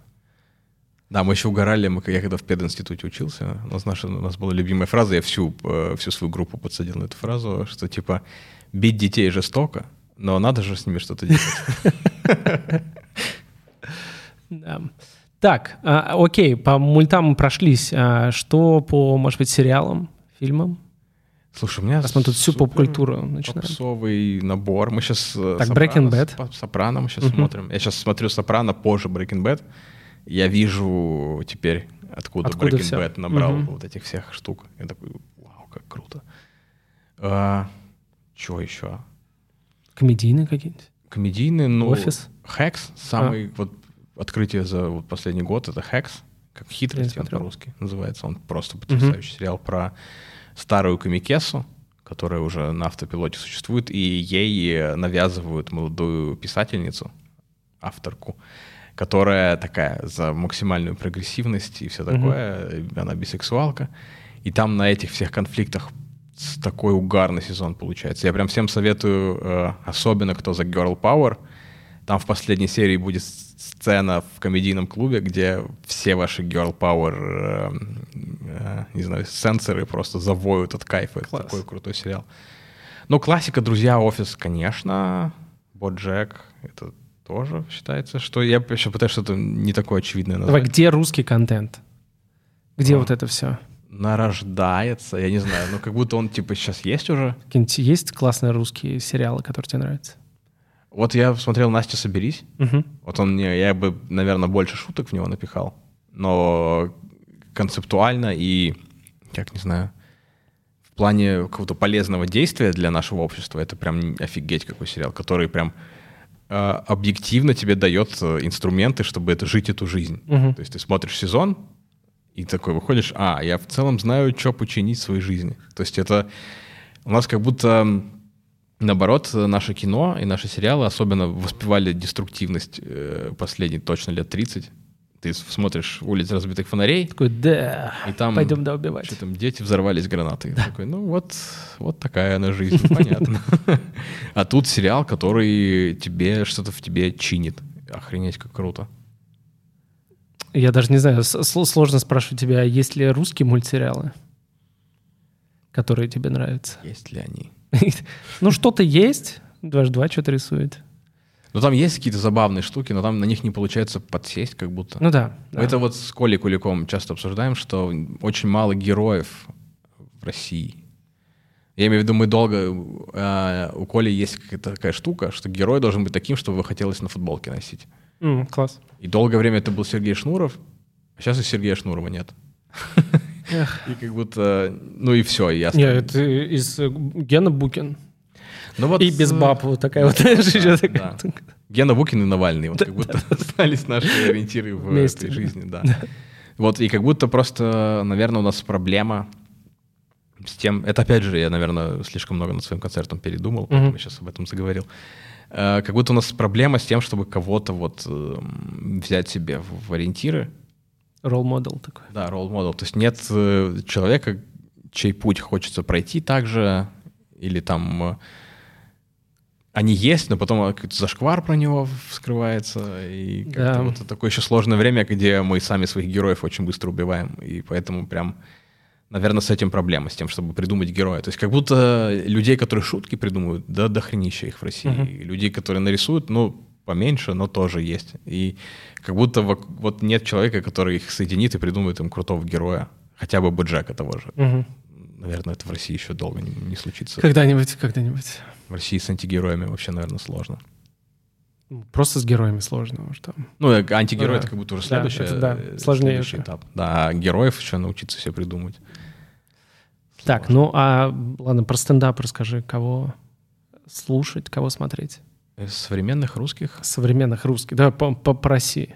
Speaker 2: Да, мы еще угорали, мы, я когда в пединституте учился, у нас, наша, у нас была любимая фраза, я всю, всю свою группу подсадил на эту фразу, что типа «бить детей жестоко, но надо же с ними что-то делать».
Speaker 1: Да. Так, а, окей, по мультам мы прошлись. А что по, может быть, сериалам, фильмам?
Speaker 2: Слушай, у меня
Speaker 1: раз мы тут всю поп-культуру начинаем.
Speaker 2: Попсовый набор. Мы сейчас
Speaker 1: так, Breaking Bad.
Speaker 2: Сопрано мы сейчас uh-huh. смотрим. Я сейчас смотрю Сопрано позже Breaking Bad. Я вижу теперь, откуда, откуда Breaking все? Bad набрал uh-huh. вот этих всех штук. Я такой, вау, как круто. А, чего еще?
Speaker 1: Комедийные какие-нибудь?
Speaker 2: Комедийные, ну...
Speaker 1: Офис?
Speaker 2: Хекс. Самый а. вот открытие за вот последний год — это Хекс. Как хитрость он по-русски называется. Он просто потрясающий uh-huh. сериал про старую комикессу, которая уже на автопилоте существует, и ей навязывают молодую писательницу, авторку, которая такая за максимальную прогрессивность и все такое. Uh-huh. Она бисексуалка. И там на этих всех конфликтах такой угарный сезон получается. Я прям всем советую, особенно кто за Girl Power. Там в последней серии будет сцена в комедийном клубе, где все ваши Girl Power, э, э, не знаю, сенсоры просто завоют от кайфа.
Speaker 1: Класс.
Speaker 2: Это такой крутой сериал. Ну, классика «Друзья», «Офис», конечно. «Боджек» — это тоже считается, что я еще пытаюсь что-то не такое очевидное назвать.
Speaker 1: Давай, где русский контент? Где а, вот это все?
Speaker 2: Нарождается, я не знаю, ну как будто он типа сейчас есть уже.
Speaker 1: Какие-нибудь есть классные русские сериалы, которые тебе нравятся?
Speaker 2: Вот я смотрел «Настя, соберись».
Speaker 1: Угу.
Speaker 2: Вот он мне, я бы, наверное, больше шуток в него напихал, но концептуально и, как не знаю, в плане какого-то полезного действия для нашего общества это прям офигеть какой сериал, который прям э, объективно тебе дает инструменты, чтобы это жить эту жизнь.
Speaker 1: Угу.
Speaker 2: То есть ты смотришь сезон и такой выходишь, а, я в целом знаю, что починить в своей жизни. То есть это у нас как будто... Наоборот, наше кино и наши сериалы особенно воспевали деструктивность э, последние точно лет тридцать. Ты смотришь «Улицы разбитых фонарей».
Speaker 1: Такой, да,
Speaker 2: и там,
Speaker 1: пойдем да убивать.
Speaker 2: Что там, дети взорвались гранатой. Да. Такой, ну вот, вот такая она жизнь, понятно. А тут сериал, который тебе что-то в тебе чинит. Охренеть, как круто.
Speaker 1: Я даже не знаю, сложно спрашивать тебя, есть ли русские мультсериалы, которые тебе нравятся?
Speaker 2: Есть ли они?
Speaker 1: Ну, что-то есть. Дважды два что-то рисует.
Speaker 2: Ну, там есть какие-то забавные штуки, но там на них не получается подсесть как будто.
Speaker 1: Ну да.
Speaker 2: да. Это вот с Колей Куликом часто обсуждаем, что очень мало героев в России. Я имею в виду, мы долго... Э, у Коли есть какая-то такая штука, что герой должен быть таким, чтобы его хотелось на футболке носить.
Speaker 1: Mm, класс.
Speaker 2: И долгое время это был Сергей Шнуров, а сейчас и Сергея Шнурова нет. И как будто... Ну и все.
Speaker 1: Нет, это из Гена Букин.
Speaker 2: Ну, вот,
Speaker 1: и без баб вот такая вот.
Speaker 2: Да, да. Гена Букин и Навальный. Вот как будто остались наши ориентиры в
Speaker 1: Вместе.
Speaker 2: этой жизни. Да. Вот, и как будто просто, наверное, у нас проблема с тем... Это, опять же, я, наверное, слишком много над своим концертом передумал, поэтому я сейчас об этом заговорил. Как будто у нас проблема с тем, чтобы кого-то вот взять себе в ориентиры.
Speaker 1: Ролл-модел такой.
Speaker 2: Да, ролл-модел. То есть нет человека, чей путь хочется пройти так же, или там... Они есть, но потом какой-то зашквар про него вскрывается. И как-то
Speaker 1: да.
Speaker 2: вот такое еще сложное время, где мы сами своих героев очень быстро убиваем. И поэтому прям, наверное, с этим проблема, с тем, чтобы придумать героя. То есть как будто людей, которые шутки придумывают, да, дохренища их в России. Uh-huh. Людей, которые нарисуют, ну, поменьше, но тоже есть. И как будто вот нет человека, который их соединит и придумает им крутого героя. Хотя бы Боджека того же.
Speaker 1: Uh-huh.
Speaker 2: Наверное, это в России еще долго не, не случится.
Speaker 1: Когда-нибудь, когда-нибудь.
Speaker 2: В России с антигероями вообще, наверное, сложно.
Speaker 1: Просто с героями сложно. Что...
Speaker 2: Ну, антигерой
Speaker 1: да.
Speaker 2: это как будто уже следующий,
Speaker 1: да, это, да. Сложнее
Speaker 2: следующий этап. Да, а героев еще научиться себе придумать.
Speaker 1: Так, сложно. Ну, а ладно, про стендап расскажи. Кого слушать, кого смотреть?
Speaker 2: Современных русских?
Speaker 1: Современных русских. Давай по, по, по России.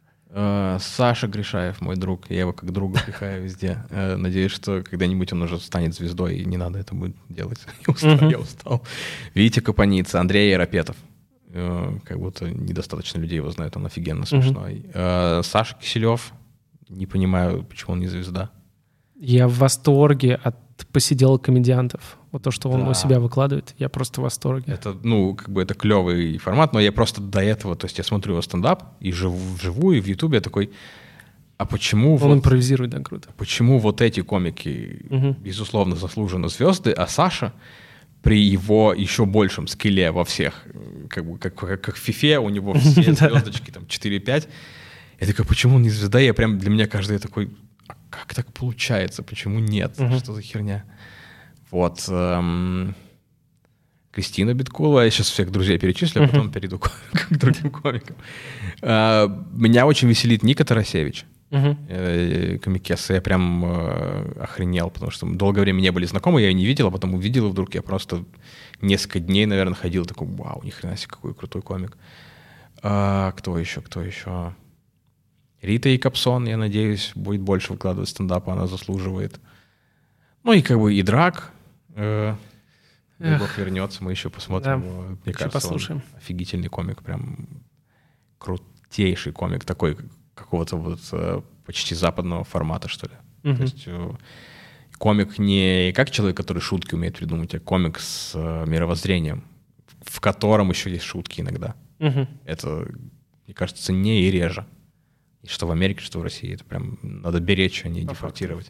Speaker 2: Саша Гришаев, мой друг. Я его как друга пихаю везде. Надеюсь, что когда-нибудь он уже станет звездой, и не надо это будет делать. Я устал. Uh-huh. Я устал. Витя Капаница, Андрей Яропетов. Как будто недостаточно людей его знают, он офигенно смешной. Uh-huh. Саша Киселев. Не понимаю, почему он не звезда.
Speaker 1: Я в восторге от посиделок комедиантов. Вот то, что он
Speaker 2: да.
Speaker 1: у себя выкладывает, я просто в восторге.
Speaker 2: Это, ну, как бы это клевый формат, но я просто до этого, то есть я смотрю его стендап и живу вживую, и в Ютубе я такой, а почему...
Speaker 1: Он
Speaker 2: вот,
Speaker 1: импровизирует, да, круто.
Speaker 2: Почему вот эти комики, угу. безусловно, заслуженно звезды, а Саша при его еще большем скилле во всех, как бы как, как, как в фифе, у него все звездочки, там, четыре-пять. Я такой, почему он не звезда? Я прям, для меня каждый такой, а как так получается? Почему нет? Угу. Что за херня? Вот. Эм, Кристина Биткулова. Я сейчас всех друзей перечислю, а потом uh-huh. перейду к, к другим комикам. Э, меня очень веселит Ника Тарасевич. Uh-huh. Э, комикесса. Я прям э, охренел, потому что мы долгое время не были знакомы, я ее не видел, а потом увидел, и вдруг я просто несколько дней, наверное, ходил, такой, вау, ни хрена себе, какой крутой комик. Э, кто еще, кто еще? Рита Якобсон, я надеюсь, будет больше выкладывать стендапа, она заслуживает. Ну и как бы и Драк. Э, Бог вернется, мы еще посмотрим.
Speaker 1: Да,
Speaker 2: Мне
Speaker 1: еще
Speaker 2: кажется,
Speaker 1: послушаем.
Speaker 2: Он офигительный комик, прям крутейший комик, такой какого-то вот э, почти западного формата, что ли. Uh-huh. То есть э, комик не как человек, который шутки умеет придумать, а комик с э, мировоззрением, в котором еще есть шутки иногда. Uh-huh. Это, мне кажется, ценнее и реже. И что в Америке, что в России. Это прям надо беречь, а не По дефортировать.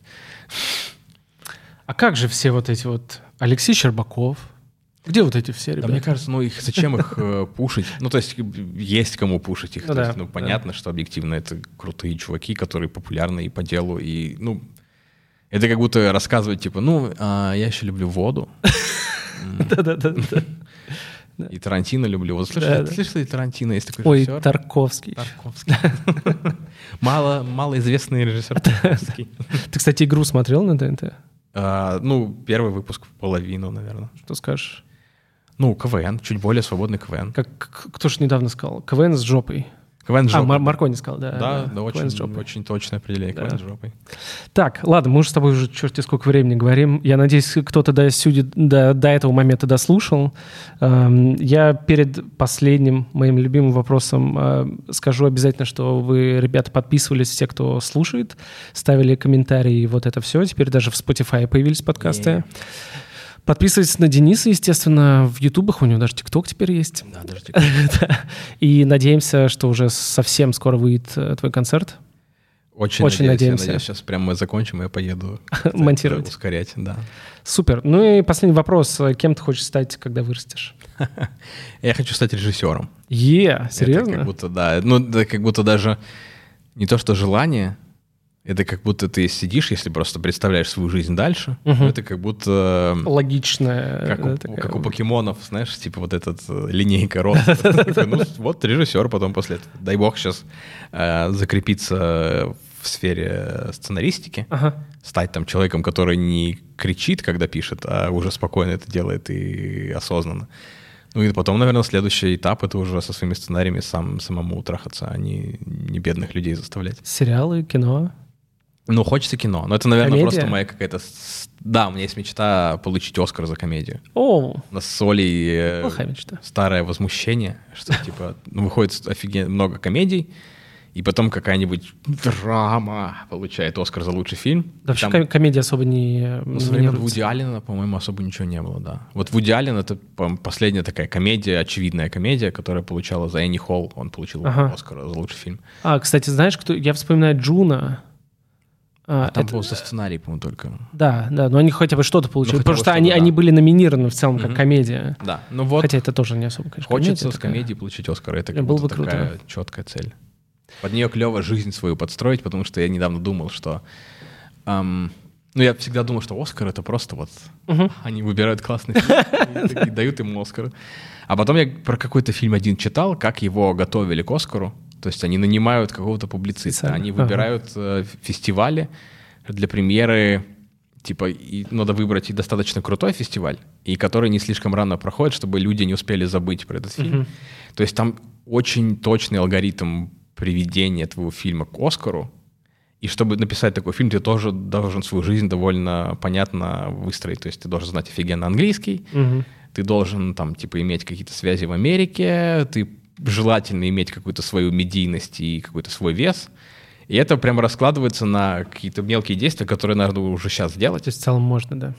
Speaker 1: А как же все вот эти вот Алексей Щербаков? Где вот эти все ребята?
Speaker 2: Да, мне кажется, ну их зачем их э, пушить? Ну, то есть есть кому пушить их.
Speaker 1: Ну,
Speaker 2: то
Speaker 1: да,
Speaker 2: есть, ну, понятно,
Speaker 1: да.
Speaker 2: что объективно это крутые чуваки, которые популярны и по делу. И, ну, это как будто рассказывать, типа, ну, а я еще люблю воду.
Speaker 1: Да-да-да.
Speaker 2: И Тарантино люблю. Вот слышали, Тарантино есть такой
Speaker 1: Ой,
Speaker 2: режиссер?
Speaker 1: Тарковский.
Speaker 2: Тарковский. Мало, малоизвестный режиссер Тарковский.
Speaker 1: Ты, кстати, игру смотрел на ТНТ?
Speaker 2: А, ну, первый выпуск, половину, наверное.
Speaker 1: Что скажешь?
Speaker 2: Ну, КВН, чуть более свободный КВН.
Speaker 1: Как кто ж недавно сказал? КВН с жопой.
Speaker 2: КВН с жопой.
Speaker 1: А, Мар- Маркони сказал, да.
Speaker 2: Да, да, да очень,
Speaker 1: с жопой.
Speaker 2: очень точное определение.
Speaker 1: Да.
Speaker 2: КВН с жопой.
Speaker 1: Так, ладно, мы уже с тобой уже черти сколько времени говорим. Я надеюсь, кто-то до, сюди, до, до этого момента дослушал. Эм, я перед последним моим любимым вопросом э, скажу обязательно, что вы, ребята, подписывались, все, кто слушает, ставили комментарии, и вот это все. Теперь даже в Spotify появились подкасты. Yeah. Подписывайтесь на Дениса, естественно, в ютубах, у него даже ТикТок теперь есть.
Speaker 2: Да, даже ТикТок.
Speaker 1: И надеемся, что уже совсем скоро выйдет твой концерт.
Speaker 2: Очень,
Speaker 1: Очень надеемся.
Speaker 2: Я надеюсь, сейчас прямо мы закончим, и я поеду
Speaker 1: монтировать.
Speaker 2: Ускорять, да.
Speaker 1: Супер. Ну и последний вопрос. Кем ты хочешь стать, когда вырастешь?
Speaker 2: Я хочу стать режиссером.
Speaker 1: Е, серьезно?
Speaker 2: Это как будто, да. Ну, да, как будто даже не то, что желание, Это как будто ты сидишь, если просто представляешь свою жизнь дальше,
Speaker 1: угу.
Speaker 2: это как будто...
Speaker 1: Логичная.
Speaker 2: Как,
Speaker 1: да,
Speaker 2: у,
Speaker 1: такая...
Speaker 2: как у покемонов, знаешь, типа вот этот линейка рост. Ну, вот режиссер потом после этого. Дай бог сейчас закрепиться в сфере сценаристики, стать там человеком, который не кричит, когда пишет, а уже спокойно это делает и осознанно. Ну и потом, наверное, следующий этап — это уже со своими сценариями сам, самому трахаться, а не, не бедных людей заставлять.
Speaker 1: Сериалы, кино?
Speaker 2: Ну, хочется кино. Но это, наверное,
Speaker 1: комедия?
Speaker 2: Просто моя какая-то... Да, у меня есть мечта получить Оскар за комедию.
Speaker 1: О!
Speaker 2: У нас с Олей
Speaker 1: Плохая мечта.
Speaker 2: Старое возмущение, что, типа, ну, выходит офигенно много комедий, и потом какая-нибудь драма получает Оскар за лучший фильм.
Speaker 1: Да, вообще там... комедия особо не...
Speaker 2: Ну, со времен Вуди Аллена, по-моему, особо ничего не было, да. Вот Вуди Аллен — это последняя такая комедия, очевидная комедия, которая получала за Энни Холл, он получил ага. Оскар за лучший фильм.
Speaker 1: А, кстати, знаешь, кто... Я вспоминаю Джуна.
Speaker 2: А, там это... был со сценарий, по-моему, только.
Speaker 1: Да, да, но они хотя бы что-то получили.
Speaker 2: Ну,
Speaker 1: потому что они, да. они были номинированы в целом как mm-hmm. комедия.
Speaker 2: Да, ну вот.
Speaker 1: Хотя это тоже не особо, конечно,
Speaker 2: хочется
Speaker 1: комедия
Speaker 2: с комедии такая. Получить Оскар. Это как
Speaker 1: было
Speaker 2: будто
Speaker 1: бы
Speaker 2: такая
Speaker 1: круто.
Speaker 2: четкая цель. Под нее клево жизнь свою подстроить, потому что я недавно думал, что... Эм, ну, я всегда думал, что Оскар — это просто вот... Uh-huh. Они выбирают классный фильм и дают ему Оскар. А потом я про какой-то фильм один читал, как его готовили к Оскару. То есть они нанимают какого-то публициста, они выбирают фестивали для премьеры, типа, и надо выбрать и достаточно крутой фестиваль, и который не слишком рано проходит, чтобы люди не успели забыть про этот фильм. Uh-huh. То есть там очень точный алгоритм приведения твоего фильма к Оскару, и чтобы написать такой фильм, ты тоже должен свою жизнь довольно понятно выстроить. То есть ты должен знать офигенно английский, uh-huh. ты должен там, типа, иметь какие-то связи в Америке, ты желательно иметь какую-то свою медийность и какой-то свой вес. И это прямо раскладывается на какие-то мелкие действия, которые надо уже сейчас делать.
Speaker 1: То есть в целом можно, да.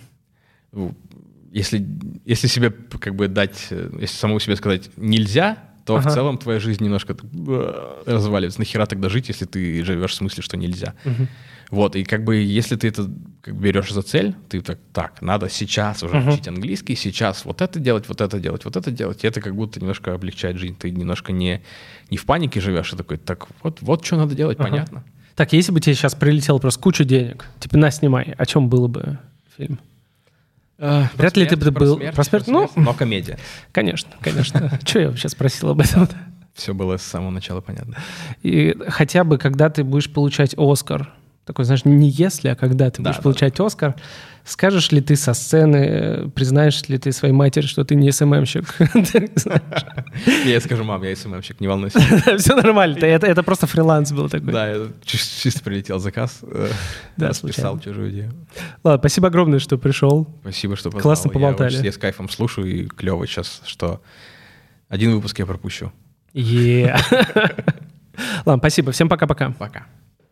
Speaker 2: Если, если себе как бы дать, если самому себе сказать «нельзя», то ага. в целом твоя жизнь немножко разваливается. Нахера тогда жить, если ты живешь в смысле, что нельзя? Угу. Вот, и как бы если ты это как бы берешь за цель, ты так, так, надо сейчас уже угу. учить английский, сейчас вот это делать, вот это делать, вот это делать, и это как будто немножко облегчает жизнь. Ты немножко не, не в панике живешь, а такой, так, вот, вот что надо делать, ага. понятно.
Speaker 1: Так, если бы тебе сейчас прилетело просто куча денег, типа, на, снимай, о чем был бы фильм?
Speaker 2: Uh,
Speaker 1: Вряд
Speaker 2: смерть,
Speaker 1: ли ты бы
Speaker 2: про
Speaker 1: был...
Speaker 2: Смерть,
Speaker 1: про смерть,
Speaker 2: про
Speaker 1: ну...
Speaker 2: смерть, но комедия.
Speaker 1: Конечно, конечно. Че я вообще спросил об этом?
Speaker 2: Все было с самого начала понятно.
Speaker 1: И хотя бы, когда ты будешь получать Оскар, такой, знаешь, не если, а когда ты будешь получать Оскар, скажешь ли ты со сцены, признаешь ли ты своей матери, что ты не эс эм эм-щик?
Speaker 2: Я скажу: мам, я эс эм эм-щик, не волнуйся.
Speaker 1: Все нормально, это просто фриланс был такой.
Speaker 2: Да, чисто прилетел заказ, расписал чужую идею.
Speaker 1: Ладно, спасибо огромное, что пришел.
Speaker 2: Спасибо, что позвал.
Speaker 1: Классно поболтали.
Speaker 2: Я с кайфом слушаю, и клево сейчас, что один выпуск я пропущу.
Speaker 1: Ладно, спасибо. Всем пока-пока.
Speaker 2: Пока.